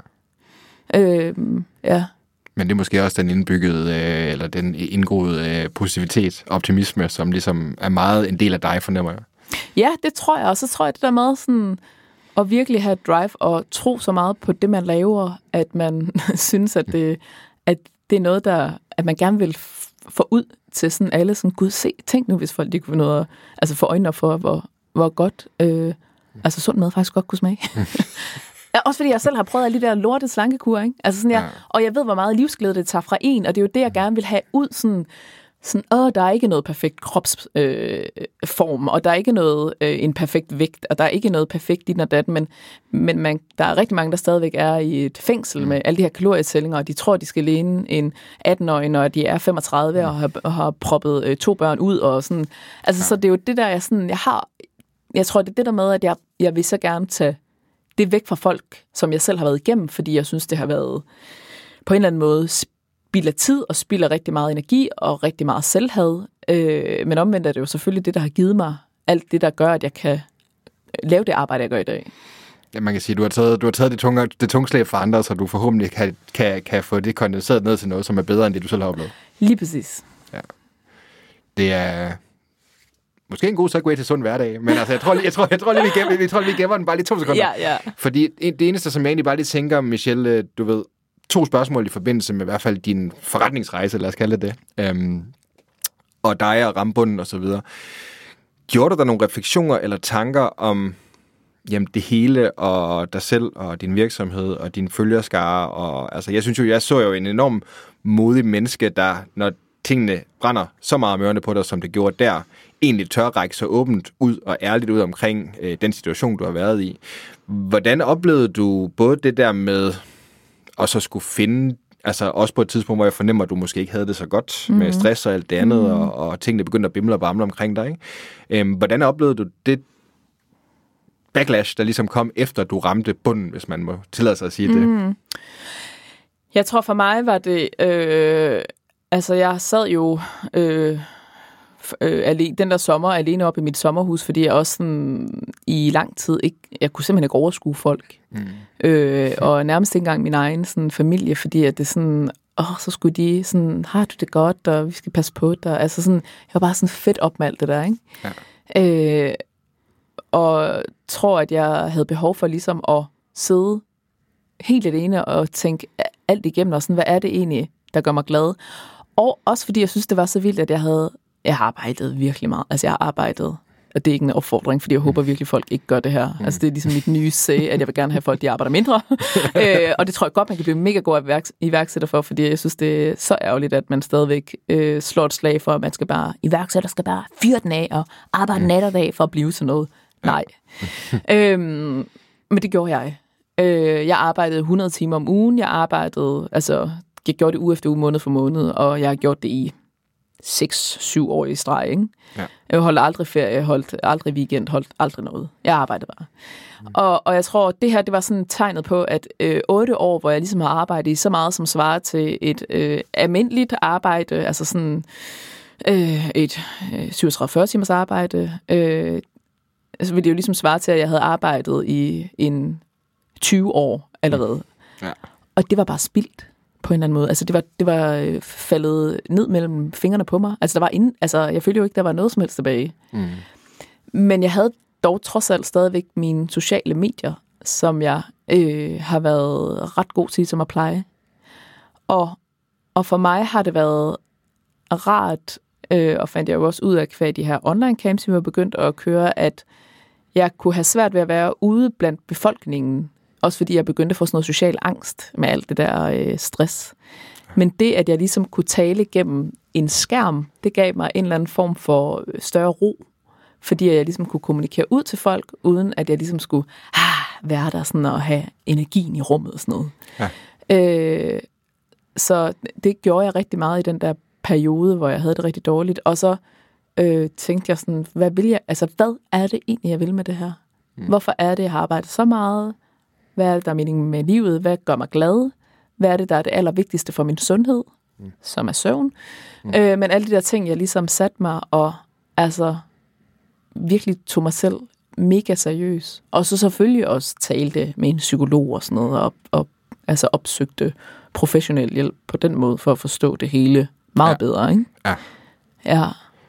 Øhm, ja. Men det er måske også den indbyggede, øh, eller den indgroede øh, positivitet, optimisme, som ligesom er meget en del af dig, fornemmer jeg. Ja, det tror jeg. Og så tror jeg, det der med sådan at virkelig have drive og tro så meget på det, man laver, at man synes, at det, at det er noget, der, at man gerne vil få ud til sådan alle sådan, gud, se, tænk nu, hvis folk ikke vil noget, altså få øjnene for, hvor, hvor godt, øh, altså sund mad faktisk godt kunne smage. Også fordi jeg selv har prøvet alle de der lorte slankekur, ikke? Altså sådan, jeg, ja. Og jeg ved, hvor meget livsglæde det tager fra en, og det er jo det, jeg gerne vil have ud, sådan, sådan åh, der er ikke noget perfekt kropsform, øh, og der er ikke noget, øh, en perfekt vægt, og der er ikke noget perfekt dit og dat, men, men man, der er rigtig mange, der stadigvæk er i et fængsel med alle de her kalorietællinger, og de tror, de skal ligne en atten-årig, når de er femogtredive og har, og har proppet øh, to børn ud, og sådan. Altså, ja. Så det er jo det der, jeg sådan, jeg har, jeg tror, det er det der med, at jeg, jeg vil så gerne tage det er væk fra folk, som jeg selv har været igennem, fordi jeg synes, det har været på en eller anden måde spilder tid og spilder rigtig meget energi og rigtig meget selvhad. Øh, men omvendt er det jo selvfølgelig det, der har givet mig alt det, der gør, at jeg kan lave det arbejde, jeg gør i dag. Ja, man kan sige, du har taget, du har taget det, tunge, det tungslæb fra andre, så du forhåbentlig kan, kan, kan få det kondenseret ned til noget, som er bedre end det, du selv har oplevet. Lige præcis. Ja. Det er måske en god segue til sund hverdag, men altså, jeg tror, jeg tror, jeg tror lige, vi gemmer, jeg tror, vi gemmer den bare lige to sekunder. Ja, ja. Fordi det eneste, som jeg egentlig bare lige tænker, Michelle, du ved, to spørgsmål i forbindelse med i hvert fald din forretningsrejse, lad os kalde det det, øhm, og dig og rambunden og så videre. Gjorde du der nogle refleksioner eller tanker om jamen det hele, og dig selv, og din virksomhed, og din følgerskare, og altså, jeg synes jo, jeg så jo en enorm modig menneske, der, når tingene brænder så meget om ørerne på dig, som det gjorde der, egentlig tør række så åbent ud og ærligt ud omkring øh, den situation, du har været i. Hvordan oplevede du både det der med at så skulle finde, altså også på et tidspunkt, hvor jeg fornemmer, at du måske ikke havde det så godt mm. med stress og alt det andet, mm. og, og tingene begyndte at bimle og bamle omkring dig, ikke? Øhm, hvordan oplevede du det backlash, der ligesom kom efter, du ramte bunden, hvis man må tillade sig at sige mm. det? Jeg tror for mig var det... Øh, altså, jeg sad jo... Øh, øh, alene, den der sommer alene op i mit sommerhus, fordi jeg også sådan, i lang tid ikke... Jeg kunne simpelthen ikke overskue folk. Mm. Øh, og nærmest ikke engang min egen sådan, familie, fordi at det sådan... Åh, så skulle de sådan... Har du det godt, og vi skal passe på dig. Altså sådan... Jeg var bare sådan fedt op med alt det der, ikke? Ja. Øh, og tror, at jeg havde behov for ligesom at sidde helt alene og tænke alt igennem, og sådan, hvad er det egentlig, der gør mig glad? Og også fordi jeg synes, det var så vildt, at jeg havde, jeg har arbejdet virkelig meget. Altså jeg har arbejdet, og det er ikke en opfordring, fordi jeg håber virkelig, folk ikke gør det her. Mm. Altså det er ligesom mit nye sag, at jeg vil gerne have folk, de arbejder mindre. øh, og det tror jeg godt, man kan blive mega god iværksætter for, fordi jeg synes, det er så ærgerligt, at man stadigvæk øh, slår et slag for, at man skal bare, iværksætter skal bare fyre den af og arbejde nat og dag for at blive til noget. Nej. øhm, men det gjorde jeg. Øh, jeg arbejdede hundrede timer om ugen. Jeg arbejdede, altså, jeg gjorde det uge efter uge, måned for måned, og jeg har gjort det i seks syv år i streg, ikke? Ja. Jeg holdt aldrig ferie, holdt aldrig weekend, holdt aldrig noget. Jeg arbejdede bare. Mm. Og, og jeg tror, det her, det var sådan tegnet på, at øh, otte år, hvor jeg ligesom har arbejdet i så meget, som svarer til et øh, almindeligt arbejde, altså sådan øh, et øh, syvogtredive til fyrre timers arbejde, øh, altså ville det jo ligesom svare til, at jeg havde arbejdet i en tyve år allerede. Ja. Og det var bare spildt på en eller anden måde. Altså det var, det var faldet ned mellem fingrene på mig. Altså der var inde, altså jeg følte jo ikke, der var noget som helst tilbage. Mm. Men jeg havde dog trods alt stadigvæk mine sociale medier, som jeg øh, har været ret god til som at pleje. Og, og for mig har det været rart, øh, og fandt jeg jo også ud af, hver de her online camps, vi var begyndt at køre, at jeg kunne have svært ved at være ude blandt befolkningen, også fordi jeg begyndte at få sådan noget social angst med alt det der øh, stress. Men det, at jeg ligesom kunne tale gennem en skærm, det gav mig en eller anden form for større ro, fordi jeg ligesom kunne kommunikere ud til folk, uden at jeg ligesom skulle ah, være der sådan og have energien i rummet og sådan noget. Ja. Øh, så det gjorde jeg rigtig meget i den der periode, hvor jeg havde det rigtig dårligt. Og så øh, tænkte jeg sådan, hvad vil jeg, altså hvad er det egentlig, jeg vil med det her? Mm. Hvorfor er det, jeg har arbejdet så meget? Hvad er det, der er meningen med livet? Hvad gør mig glad? Hvad er det, der er det allervigtigste for min sundhed? Mm. Som er søvn. Mm. Øh, men alle de der ting, jeg ligesom satte mig og altså virkelig tog mig selv mega seriøs. Og så selvfølgelig også talte med en psykolog og sådan noget, og, og altså opsøgte professionel hjælp på den måde, for at forstå det hele meget ja. bedre, ikke? Ja. Ja.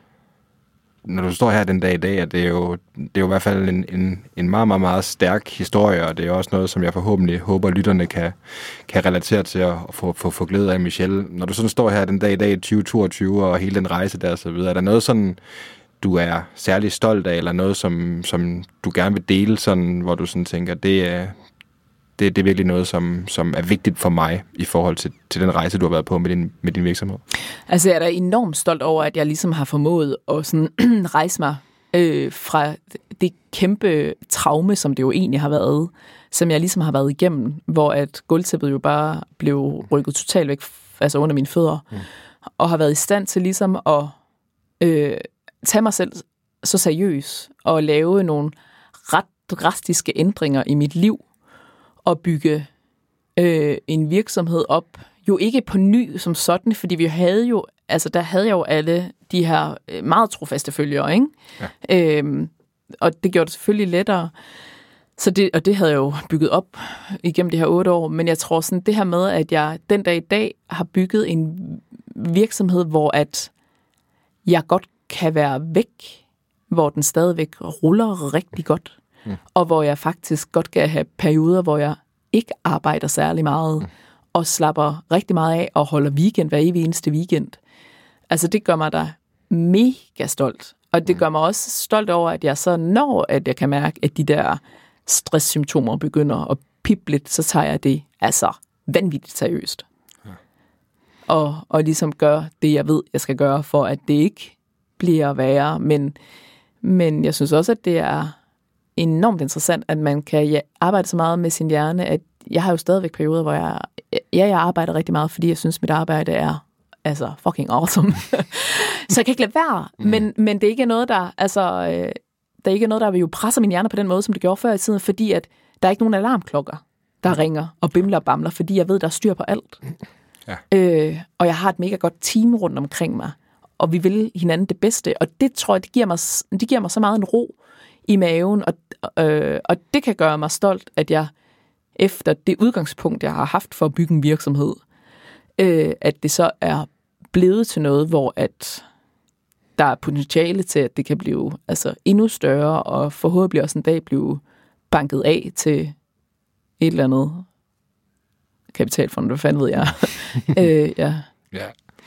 Når du står her den dag i dag, at det er jo, det er jo i hvert fald en, en, en meget, meget, meget stærk historie, og det er også noget, som jeg forhåbentlig håber, lytterne kan, kan relatere til at få, få, få glæde af, Michelle. Når du sådan står her den dag i dag, tyve toogtyve, og hele den rejse der og så videre, er der noget sådan, du er særlig stolt af, eller noget, som, som du gerne vil dele, sådan, hvor du sådan tænker, det er, det, det er virkelig noget, som, som er vigtigt for mig i forhold til, til den rejse, du har været på med din, med din virksomhed? Altså, jeg er da enormt stolt over, at jeg ligesom har formået at sådan, rejse mig øh, fra det kæmpe traume, som det jo egentlig har været, som jeg ligesom har været igennem, hvor at gulvtæppet jo bare blev rykket totalt væk, altså under mine fødder, mm. og har været i stand til ligesom at øh, tage mig selv så seriøs, og lave nogle ret drastiske ændringer i mit liv, og bygge øh, en virksomhed op, jo ikke på ny som sådan, fordi vi havde jo, altså der havde jeg jo alle de her meget trofaste følgere, ikke? Ja. Øhm, og det gjorde det selvfølgelig lettere. Så det, og det havde jeg jo bygget op igennem de her otte år, men jeg tror sådan, det her med, at jeg den dag i dag har bygget en virksomhed, hvor at jeg godt kan være væk, hvor den stadigvæk ruller rigtig godt, mm. og hvor jeg faktisk godt kan have perioder, hvor jeg ikke arbejder særlig meget, mm. og slapper rigtig meget af og holder weekend hver evig eneste weekend. Altså det gør mig da mega stolt. Og det gør mig også stolt over, at jeg så når, at jeg kan mærke, at de der stresssymptomer begynder at pippe lidt, så tager jeg det altså vanvittigt seriøst. Ja. Og, og ligesom gør det, jeg ved, jeg skal gøre, for at det ikke bliver værre. Men, men jeg synes også, at det er enormt interessant, at man kan ja, arbejde så meget med sin hjerne, at jeg har jo stadigvæk perioder, hvor jeg, ja, jeg arbejder rigtig meget, fordi jeg synes, at mit arbejde er altså fucking awesome. Så jeg kan ikke lade være. Mm. Men, men det er ikke noget, der, altså, øh, der er ikke noget, der vil jo presse min hjerne på den måde, som det gjorde før i tiden, fordi at der er ikke nogen alarmklokker, der ringer og bimler og bamler, fordi jeg ved, der er styr på alt. Ja. Øh, og jeg har et mega godt team rundt omkring mig, og vi vil hinanden det bedste, og det tror jeg, det giver mig, det giver mig så meget en ro i maven, og, øh, og det kan gøre mig stolt, at jeg efter det udgangspunkt, jeg har haft for at bygge en virksomhed, øh, at det så er blevet til noget, hvor at der er potentiale til, at det kan blive altså, endnu større, og forhåbentlig også en dag blive banket af til et eller andet kapitalfond, hvad fanden ved jeg. øh, ja. Ja.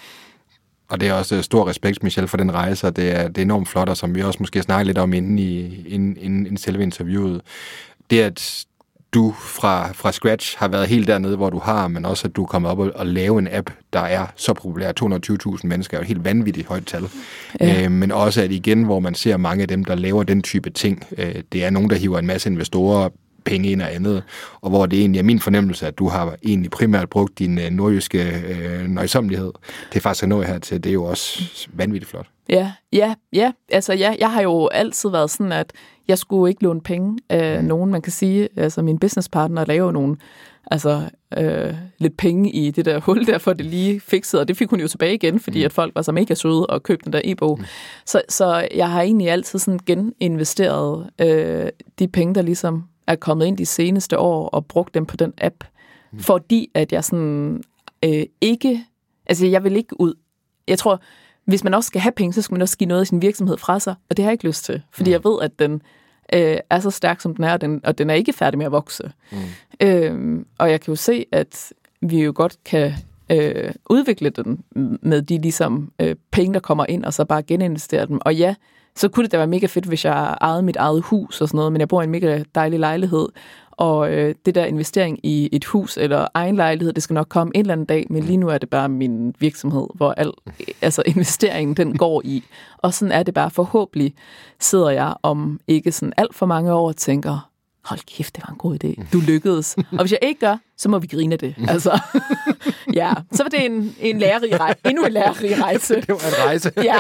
Og det er også stor respekt, Michelle, for den rejse, og det er, det er enormt flot, og som vi også måske snakker lidt om inden i inden, inden, inden selve interviewet. Det at du fra, fra scratch har været helt dernede, hvor du har, men også at du er kommet op og, og lave en app, der er så populær. to hundrede og tyve tusind mennesker er jo et helt vanvittigt højt tal. Ja. Øh, men også at igen, hvor man ser mange af dem, der laver den type ting, øh, det er nogen, der hiver en masse investorer penge ind og andet, og hvor det egentlig er min fornemmelse, at du har egentlig primært brugt din øh, nordjyske øh, nøjsommelighed. Det er faktisk at nå her til, det er jo også vanvittigt flot. Ja, ja, ja. Altså ja, jeg har jo altid været sådan, at jeg skulle ikke låne penge af mm. nogen, man kan sige. Altså min businesspartner laver nogle, altså øh, lidt penge i det der hul der, for det lige fikset, og det fik hun jo tilbage igen, fordi mm. at folk var så mega søde og købte den der e-bog. Mm. Så, så jeg har egentlig altid sådan geninvesteret øh, de penge, der ligesom er kommet ind de seneste år, og brugt dem på den app, mm. fordi at jeg sådan øh, ikke, altså jeg vil ikke ud, jeg tror, hvis man også skal have penge, så skal man også give noget af sin virksomhed fra sig, og det har jeg ikke lyst til, fordi mm. jeg ved, at den øh, er så stærk, som den er, og den, og den er ikke færdig med at vokse. Mm. Øh, og jeg kan jo se, at vi jo godt kan øh, udvikle den med de ligesom øh, penge, der kommer ind, og så bare geninvestere dem. Og ja, så kunne det da være mega fedt, hvis jeg ejede mit eget hus og sådan noget, men jeg bor i en mega dejlig lejlighed, og øh, det der investering i et hus eller egen lejlighed, det skal nok komme en eller anden dag, men lige nu er det bare min virksomhed, hvor al altså investeringen den går i. Og sådan er det bare. Forhåbentlig sidder jeg om ikke sådan alt for mange år og tænker, hold kæft, det var en god idé. Du lykkedes. Og hvis jeg ikke gør, så må vi grine af det. Altså, ja. Så var det en, en lærerig rejse. Endnu en lærerig rejse. Det var en rejse. Ja.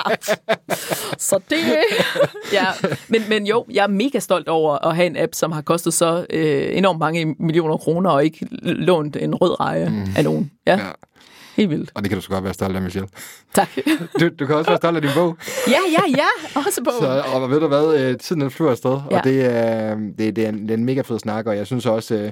Så det... Ja. Men, men jo, jeg er mega stolt over at have en app, som har kostet så øh, enormt mange millioner kroner, og ikke lånt en rød reje mm. af nogen. Ja. Ja. Helt vildt. Og det kan du så godt være stolt af, Michelle. Tak. Du, du kan også være stolt af din bog. Ja, ja, ja. Også bogen. Så, og ved du hvad, tiden den flyver afsted, ja. Og det er, det, det, er en, det er en mega fed snak, og jeg synes også,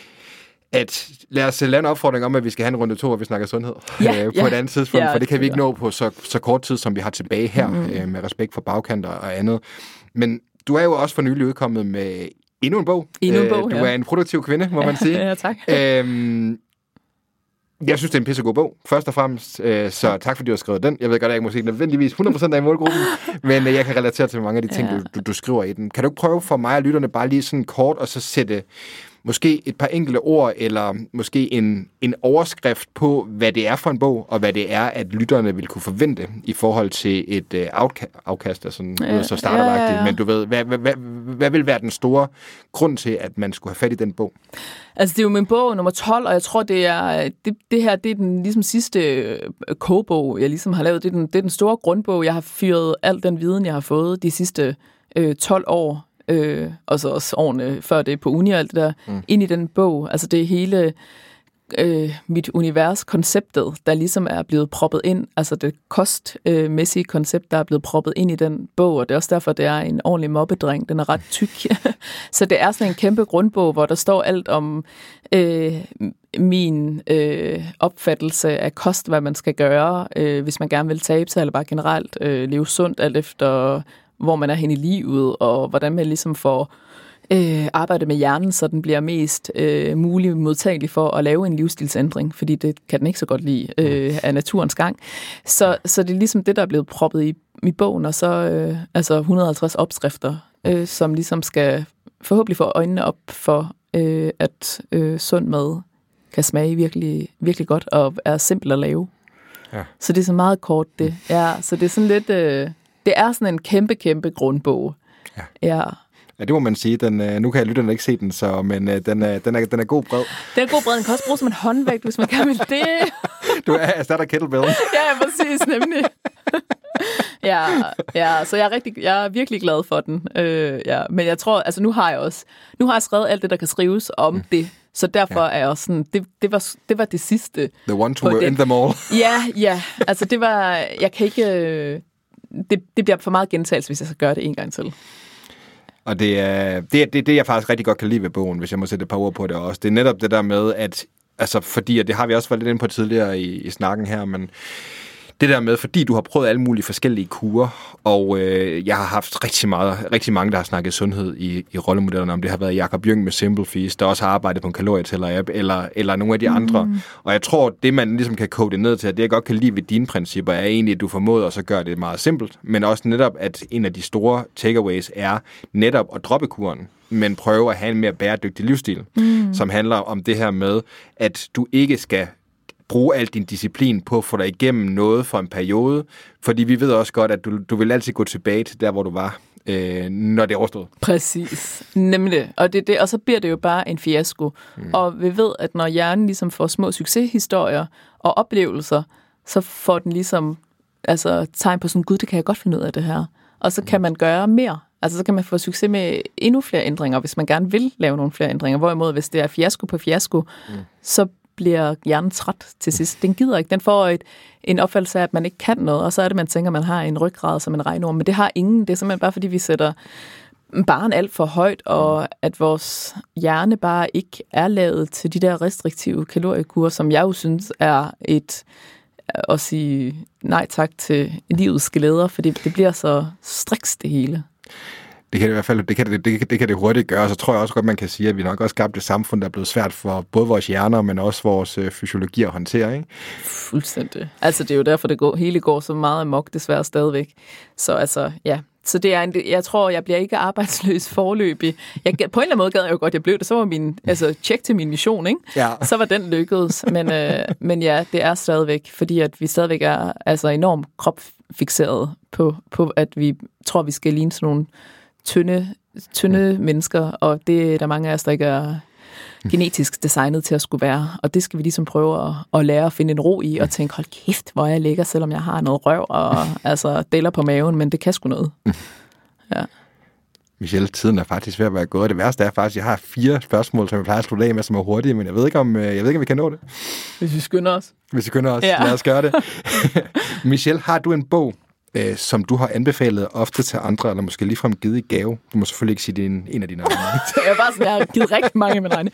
at lad os lave en opfordring om, at vi skal have en runde to, hvor vi snakker sundhed ja, på ja. et andet tidspunkt, ja, for det kan vi ikke nå på så, så kort tid, som vi har tilbage her, mm. med respekt for bagkanter og andet. Men du er jo også for nylig udkommet med endnu en bog. Endnu en bog, Du ja. er en produktiv kvinde, må man sige. Ja, tak. Øhm, Jeg synes, det er en pissegod bog, først og fremmest. Øh, så tak, fordi du har skrevet den. Jeg ved godt, at jeg måske ikke nødvendigvis hundrede procent er i målgruppen, men øh, jeg kan relatere til mange af de ting, ja. du, du, du skriver i den. Kan du ikke prøve for mig og lytterne bare lige sådan kort, og så sætte måske et par enkelte ord, eller måske en, en overskrift på, hvad det er for en bog, og hvad det er, at lytterne vil kunne forvente i forhold til et øh, afka- afkast, altså sådan, ja, så startervagtigt. Ja, ja, ja. Men du ved, hvad, hvad, hvad, hvad vil være den store grund til, at man skulle have fat i den bog? Altså, det er jo min bog nummer tolv, og jeg tror, det er det, det her, det er den ligesom sidste kogebog, jeg ligesom har lavet. Det er, den, det er den store grundbog. Jeg har fyret al den viden, jeg har fået de sidste øh, tolv år, øh, og så også årene før det på uni og alt det der, mm. ind i den bog. Altså, det er hele øh, mit univers, konceptet, der ligesom er blevet proppet ind, altså det kostmæssige koncept, der er blevet proppet ind i den bog, og det er også derfor, det er en ordentlig mobbedreng. Den er ret tyk. Så det er sådan en kæmpe grundbog, hvor der står alt om øh, min øh, opfattelse af kost, hvad man skal gøre, øh, hvis man gerne vil tabe sig, eller bare generelt øh, leve sundt, alt efter hvor man er hen i livet, og hvordan man ligesom får øh, arbejde med hjernen, så den bliver mest øh, mulig modtagelig for at lave en livsstilsændring, fordi det kan den ikke så godt lide øh, af naturens gang. Så, så det er ligesom det, der er blevet proppet i, i bogen, og så øh, altså et hundrede og halvtreds opskrifter øh, som ligesom skal forhåbentlig få øjnene op for, øh, at øh, sund mad kan smage virkelig, virkelig godt og er simpelt at lave. Ja. Så det er så meget kort det. Ja, så det er sådan lidt, øh, det er sådan en kæmpe, kæmpe grundbog. Ja. Ja. Ja, det må man sige. Den, øh, nu kan jeg lytterne ikke se den, så, men øh, den, er, den, er, den er god bred. Den er god bred. Den kan også bruges som en håndvægt, hvis man kan vil det. Du er erstatter kettlebell. Ja, præcis, nemlig. ja, ja, så jeg er, rigtig, jeg er virkelig glad for den. Øh, ja. Men jeg tror, altså nu har jeg også, nu har jeg skrevet alt det, der kan skrives om mm. det. Så derfor ja. er jeg også sådan, det, det, var, det var det sidste. The one to end them all. Ja, ja. Altså det var, jeg kan ikke, det, det bliver for meget gentagelse, hvis jeg skal gøre det en gang til. Og det er det, det, det, jeg faktisk rigtig godt kan lide ved bogen, hvis jeg må sætte et par ord på det også. Det er netop det der med, at, altså fordi, og det har vi også været lidt inde på tidligere i, i snakken her, men det der med, fordi du har prøvet alle mulige forskellige kurer, og øh, jeg har haft rigtig, meget, rigtig mange, der har snakket sundhed i, i rollemodellerne, om det har været Jakob Jøng med Simple Feast, der også har arbejdet på en kalorietæller-app, eller, eller nogle af de andre. Mm. Og jeg tror, det man ligesom kan kode det ned til, at det jeg godt kan lide ved dine principper, er egentlig, at du formåede også at gøre det meget simpelt, men også netop, at en af de store takeaways er netop at droppe kuren, men prøve at have en mere bæredygtig livsstil, mm. som handler om det her med, at du ikke skal bruge al din disciplin på at få dig igennem noget for en periode, fordi vi ved også godt, at du, du vil altid gå tilbage til der, hvor du var, øh, når det er overstået. Præcis. Nemlig. Og, det, det, og så bliver det jo bare en fiasko. Mm. Og vi ved, at når hjernen ligesom får små succeshistorier og oplevelser, så får den ligesom altså, tegn på sådan, gud, det kan jeg godt finde ud af det her. Og så kan man gøre mere. Altså så kan man få succes med endnu flere ændringer, hvis man gerne vil lave nogle flere ændringer. Hvorimod, hvis det er fiasko på fiasko, mm. så bliver hjernen træt til sidst. Den gider ikke. Den får et, en opfattelse af, at man ikke kan noget, og så er det, man tænker, at man har en ryggrad som en regnorm. Men det har ingen. Det er simpelthen bare, fordi vi sætter barren alt for højt, og at vores hjerne bare ikke er lavet til de der restriktive kaloriekurer, som jeg jo synes er et at sige nej tak til livets glæder, fordi det bliver så striks det hele. Det kan det i hvert fald, det kan det, det, det kan det hurtigt gøre, og så tror jeg også godt, man kan sige, at vi nok også skabt et samfund, der er blevet svært for både vores hjerner, men også vores øh, fysiologi at håndtere, ikke? Fuldstændig. Altså, det er jo derfor, det går, hele går så meget amok, desværre stadigvæk. Så altså, ja. Så det er en, jeg tror, jeg bliver ikke arbejdsløs forløbig. Jeg, på en eller anden måde gad jeg jo godt, jeg blev det. Så var min, altså, tjek til min mission, ikke? Ja. Så var den lykkedes. Men, øh, men ja, det er stadigvæk, fordi at vi stadigvæk er altså enormt kropfixeret på, på, at vi tror, vi skal ligne sådan nogle tynde, tynde mm. mennesker, og det er der mange af os, der ikke er genetisk designet til at skulle være. Og det skal vi ligesom prøve at, at lære at finde en ro i, og tænke, hold kæft, hvor jeg ligger, selvom jeg har noget røv, og altså deler på maven, men det kan sgu noget. Ja. Michelle, tiden er faktisk ved at være gået. Det værste er faktisk, at jeg har fire spørgsmål, som jeg plejer at slutte af med, som er hurtige, men jeg ved ikke, om, jeg ved ikke, om vi kan nå det. Hvis vi skynder os. Hvis vi skynder os. Ja. Lad os gøre det. Michelle, har du en bog, Øh, som du har anbefalet ofte til andre, eller måske ligefrem givet i gave? Du må selvfølgelig ikke sige, det er en, en af dine egne. jeg, bare sådan, jeg har givet rigtig mange af mine egne.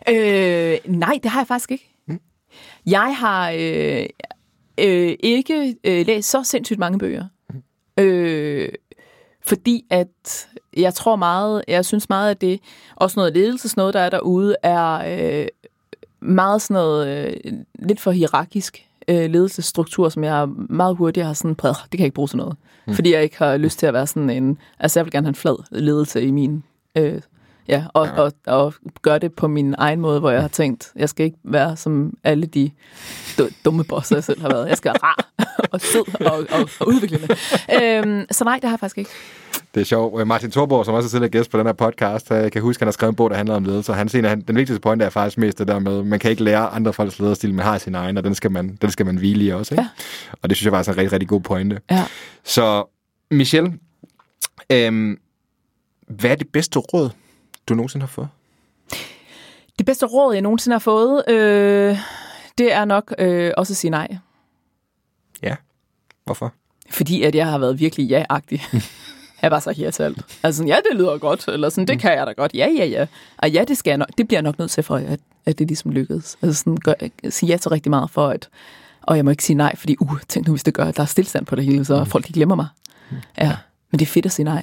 Øh, nej, det har jeg faktisk ikke. Hmm. Jeg har øh, øh, ikke øh, læst så sindssygt mange bøger. Hmm. Øh, fordi at jeg tror meget, jeg synes meget, at det, også noget ledelsesnåde, der er derude, er øh, meget sådan noget, øh, lidt for hierarkisk. Ledelsesstruktur, som jeg meget hurtigt har sådan præget, det kan jeg ikke bruge til noget. Mm. Fordi jeg ikke har lyst til at være sådan en, altså jeg vil gerne have en flad ledelse i min, øh, ja, og, ja. Og, og, og gøre det på min egen måde, hvor jeg har tænkt, jeg skal ikke være som alle de dumme bosser, jeg selv har været. Jeg skal være rar og sød og, og, og udviklende. Øhm, så nej, det har jeg faktisk ikke. Det er sjovt. Martin Thorborg, som også er tidligere gæst på den her podcast, jeg kan huske, at han har skrevet en bog, der handler om ledelse, og han siger, at den vigtigste pointe er faktisk mest det der med, man kan ikke lære andre folks lederstil, man har sin egen, og den skal man, den skal man hvile i også. Ikke? Ja. Og det synes jeg faktisk er en rigtig, rigtig god pointe. Ja. Så Michelle, øhm, hvad er det bedste råd, du nogensinde har fået? Det bedste råd, jeg nogensinde har fået, øh, det er nok øh, også at sige nej. Ja. Hvorfor? Fordi at jeg har været virkelig ja-agtig. Jeg var så her til alt. Altså sådan, ja, det lyder godt, eller sådan, det kan jeg da godt. Ja, ja, ja. Og ja, det skal jeg nok, det bliver jeg nok nødt til for, at, at det ligesom lykkedes. Altså sådan, gør, sige ja til rigtig meget for, at, og jeg må ikke sige nej, fordi, uh, tænk nu, hvis det gør, at der er stillstand på det hele, så folk, de glemmer mig. Ja, men det er fedt at sige nej.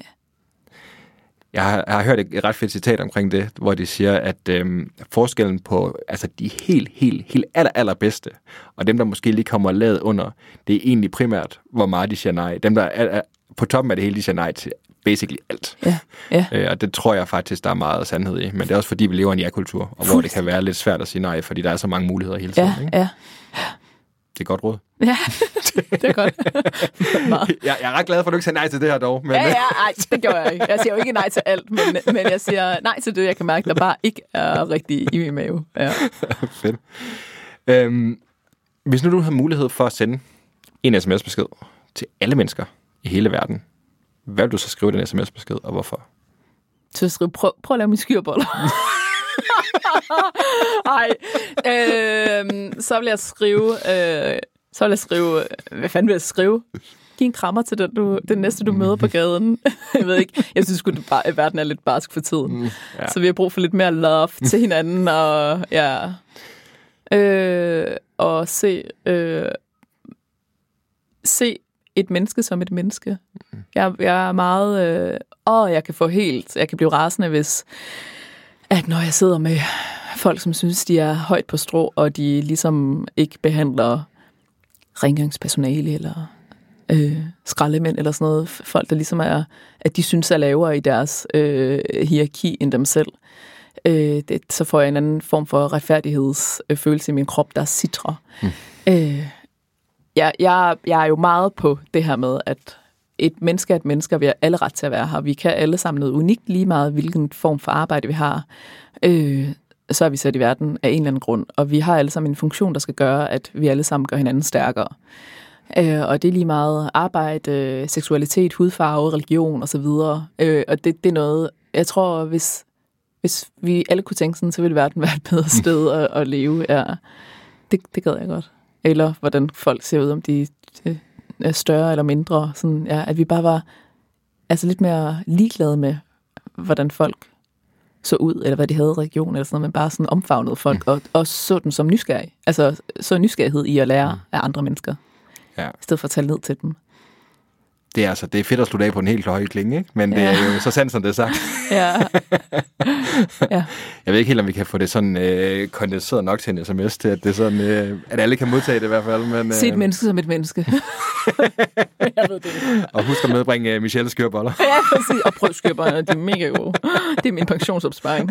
Jeg har, jeg har hørt et ret fedt citat omkring det, hvor de siger, at øhm, forskellen på altså de helt, helt, helt aller, allerbedste, og dem, der måske lige kommer lavet under, det er egentlig primært, hvor meget de siger nej. Dem, der er, er på toppen af det hele, de siger nej til basically alt. Ja, ja. Øh, og det tror jeg faktisk, der er meget sandhed i. Men det er også fordi, vi lever i en ja-kultur, og hvor det kan være lidt svært at sige nej, fordi der er så mange muligheder hele tiden. Ja, ikke? ja. Det er godt råd. Ja, det er godt. jeg, jeg er ret glad for, at du ikke siger nej til det her dog. Men... Ja, ja, ej, det gør jeg ikke. Jeg siger jo ikke nej til alt, men, men jeg siger nej til det, jeg kan mærke, der bare ikke er rigtigt i min mave. Ja. Fedt. Øhm, hvis nu du har mulighed for at sende en sms-besked til alle mennesker i hele verden, hvad vil du så skrive den sms-besked, og hvorfor? Så skrive, prøv, prøv at lave mine skyrboller. Ej, øh, så vil jeg skrive, øh, så vil jeg skrive, hvad fanden vil jeg skrive? Giv en krammer til den, du, den næste, du møder på gaden. Jeg ved ikke, jeg synes sgu, at verden er lidt barsk for tiden. Mm, ja. Så vi har brug for lidt mere love til hinanden, og ja, øh, og se, øh, se et menneske som et menneske. Jeg, jeg er meget, øh, åh, jeg kan få helt, jeg kan blive rasende, hvis at når jeg sidder med folk, som synes, de er højt på strå, og de ligesom ikke behandler rengøringspersonale eller øh, skraldemænd eller sådan noget. Folk, der ligesom er, at de synes er lavere i deres øh, hierarki end dem selv. Øh, det, så får jeg en anden form for retfærdighedsfølelse i min krop, der sitrer. Mm. Øh, jeg, jeg, jeg er jo meget på det her med, at et menneske er et menneske, og vi har alle ret til at være her. Vi kan alle sammen noget unikt, lige meget hvilken form for arbejde vi har. Øh, så er vi sat i verden af en eller anden grund, og vi har alle sammen en funktion, der skal gøre, at vi alle sammen gør hinanden stærkere. Øh, og det er lige meget arbejde, seksualitet, hudfarve, religion osv. Øh, og det, det er noget, jeg tror, hvis, hvis vi alle kunne tænke sådan, så ville verden være et bedre sted at, at leve. Ja, det, det gad jeg godt. Eller hvordan folk ser ud, om de er større eller mindre. Sådan, ja, at vi bare var altså lidt mere ligeglade med, hvordan folk så ud, eller hvad de havde i regionen, eller sådan noget, men bare sådan omfavnede folk, mm. og, og så dem som nysgerrige. Altså, så nysgerrighed i at lære mm. af andre mennesker, ja. I stedet for at tale ned til dem. Det er altså, det er fedt at slutte af på en helt høj klinge, ikke? Men ja. Det er jo så sandt, som det er sagt. Ja. Ja. Jeg ved ikke helt, om vi kan få det sådan øh, kondenseret nok til en sms, til at, det sådan, øh, at alle kan modtage det i hvert fald. Men, øh... Se et menneske som et menneske. Jeg ved det. Og husk at medbringe uh, Michelles skyrboller. Ja, præcis. Og prøv skyrboller, de er mega gode. Det er min pensionsopsparing.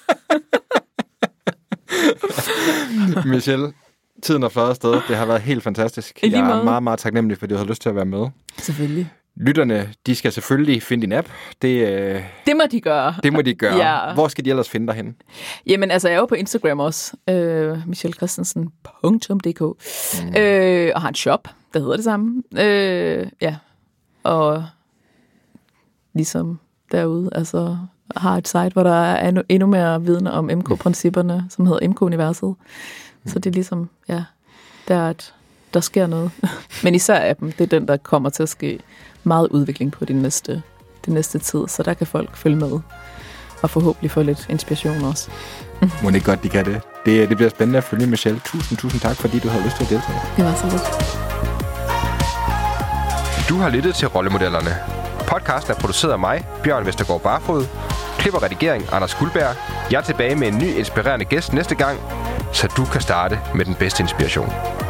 Michelle, tiden er flot afsted. Det har været helt fantastisk. Jeg er meget, meget taknemmelig, fordi du har lyst til at være med. Selvfølgelig. Lytterne, de skal selvfølgelig finde din app. Det, øh, det må de gøre. Det må de gøre. Ja. Hvor skal de ellers finde dig henne? Jamen, altså, jeg er jo på Instagram også. Øh, michelle christensen punktum d k mm. øh, Og har en shop, der hedder det samme. Øh, ja. Og ligesom derude, altså, har et site, hvor der er endnu, endnu mere viden om M K-principperne, som hedder M K-universet. Mm. Så det er ligesom, ja, der er et, der sker noget. Men især appen, det er den, der kommer til at ske meget udvikling på den næste, den næste tid, så der kan folk følge med og forhåbentlig få lidt inspiration også. Må det godt, de kan det. det. Det bliver spændende at følge, Michelle. Tusind, tusind tak, fordi du havde lyst til at deltage. Det var så lidt. Du har lyttet til Rollemodellerne. Podcasten er produceret af mig, Bjørn Vestergaard Barfod. Klip og redigering, Anders Guldberg. Jeg er tilbage med en ny inspirerende gæst næste gang, så du kan starte med den bedste inspiration.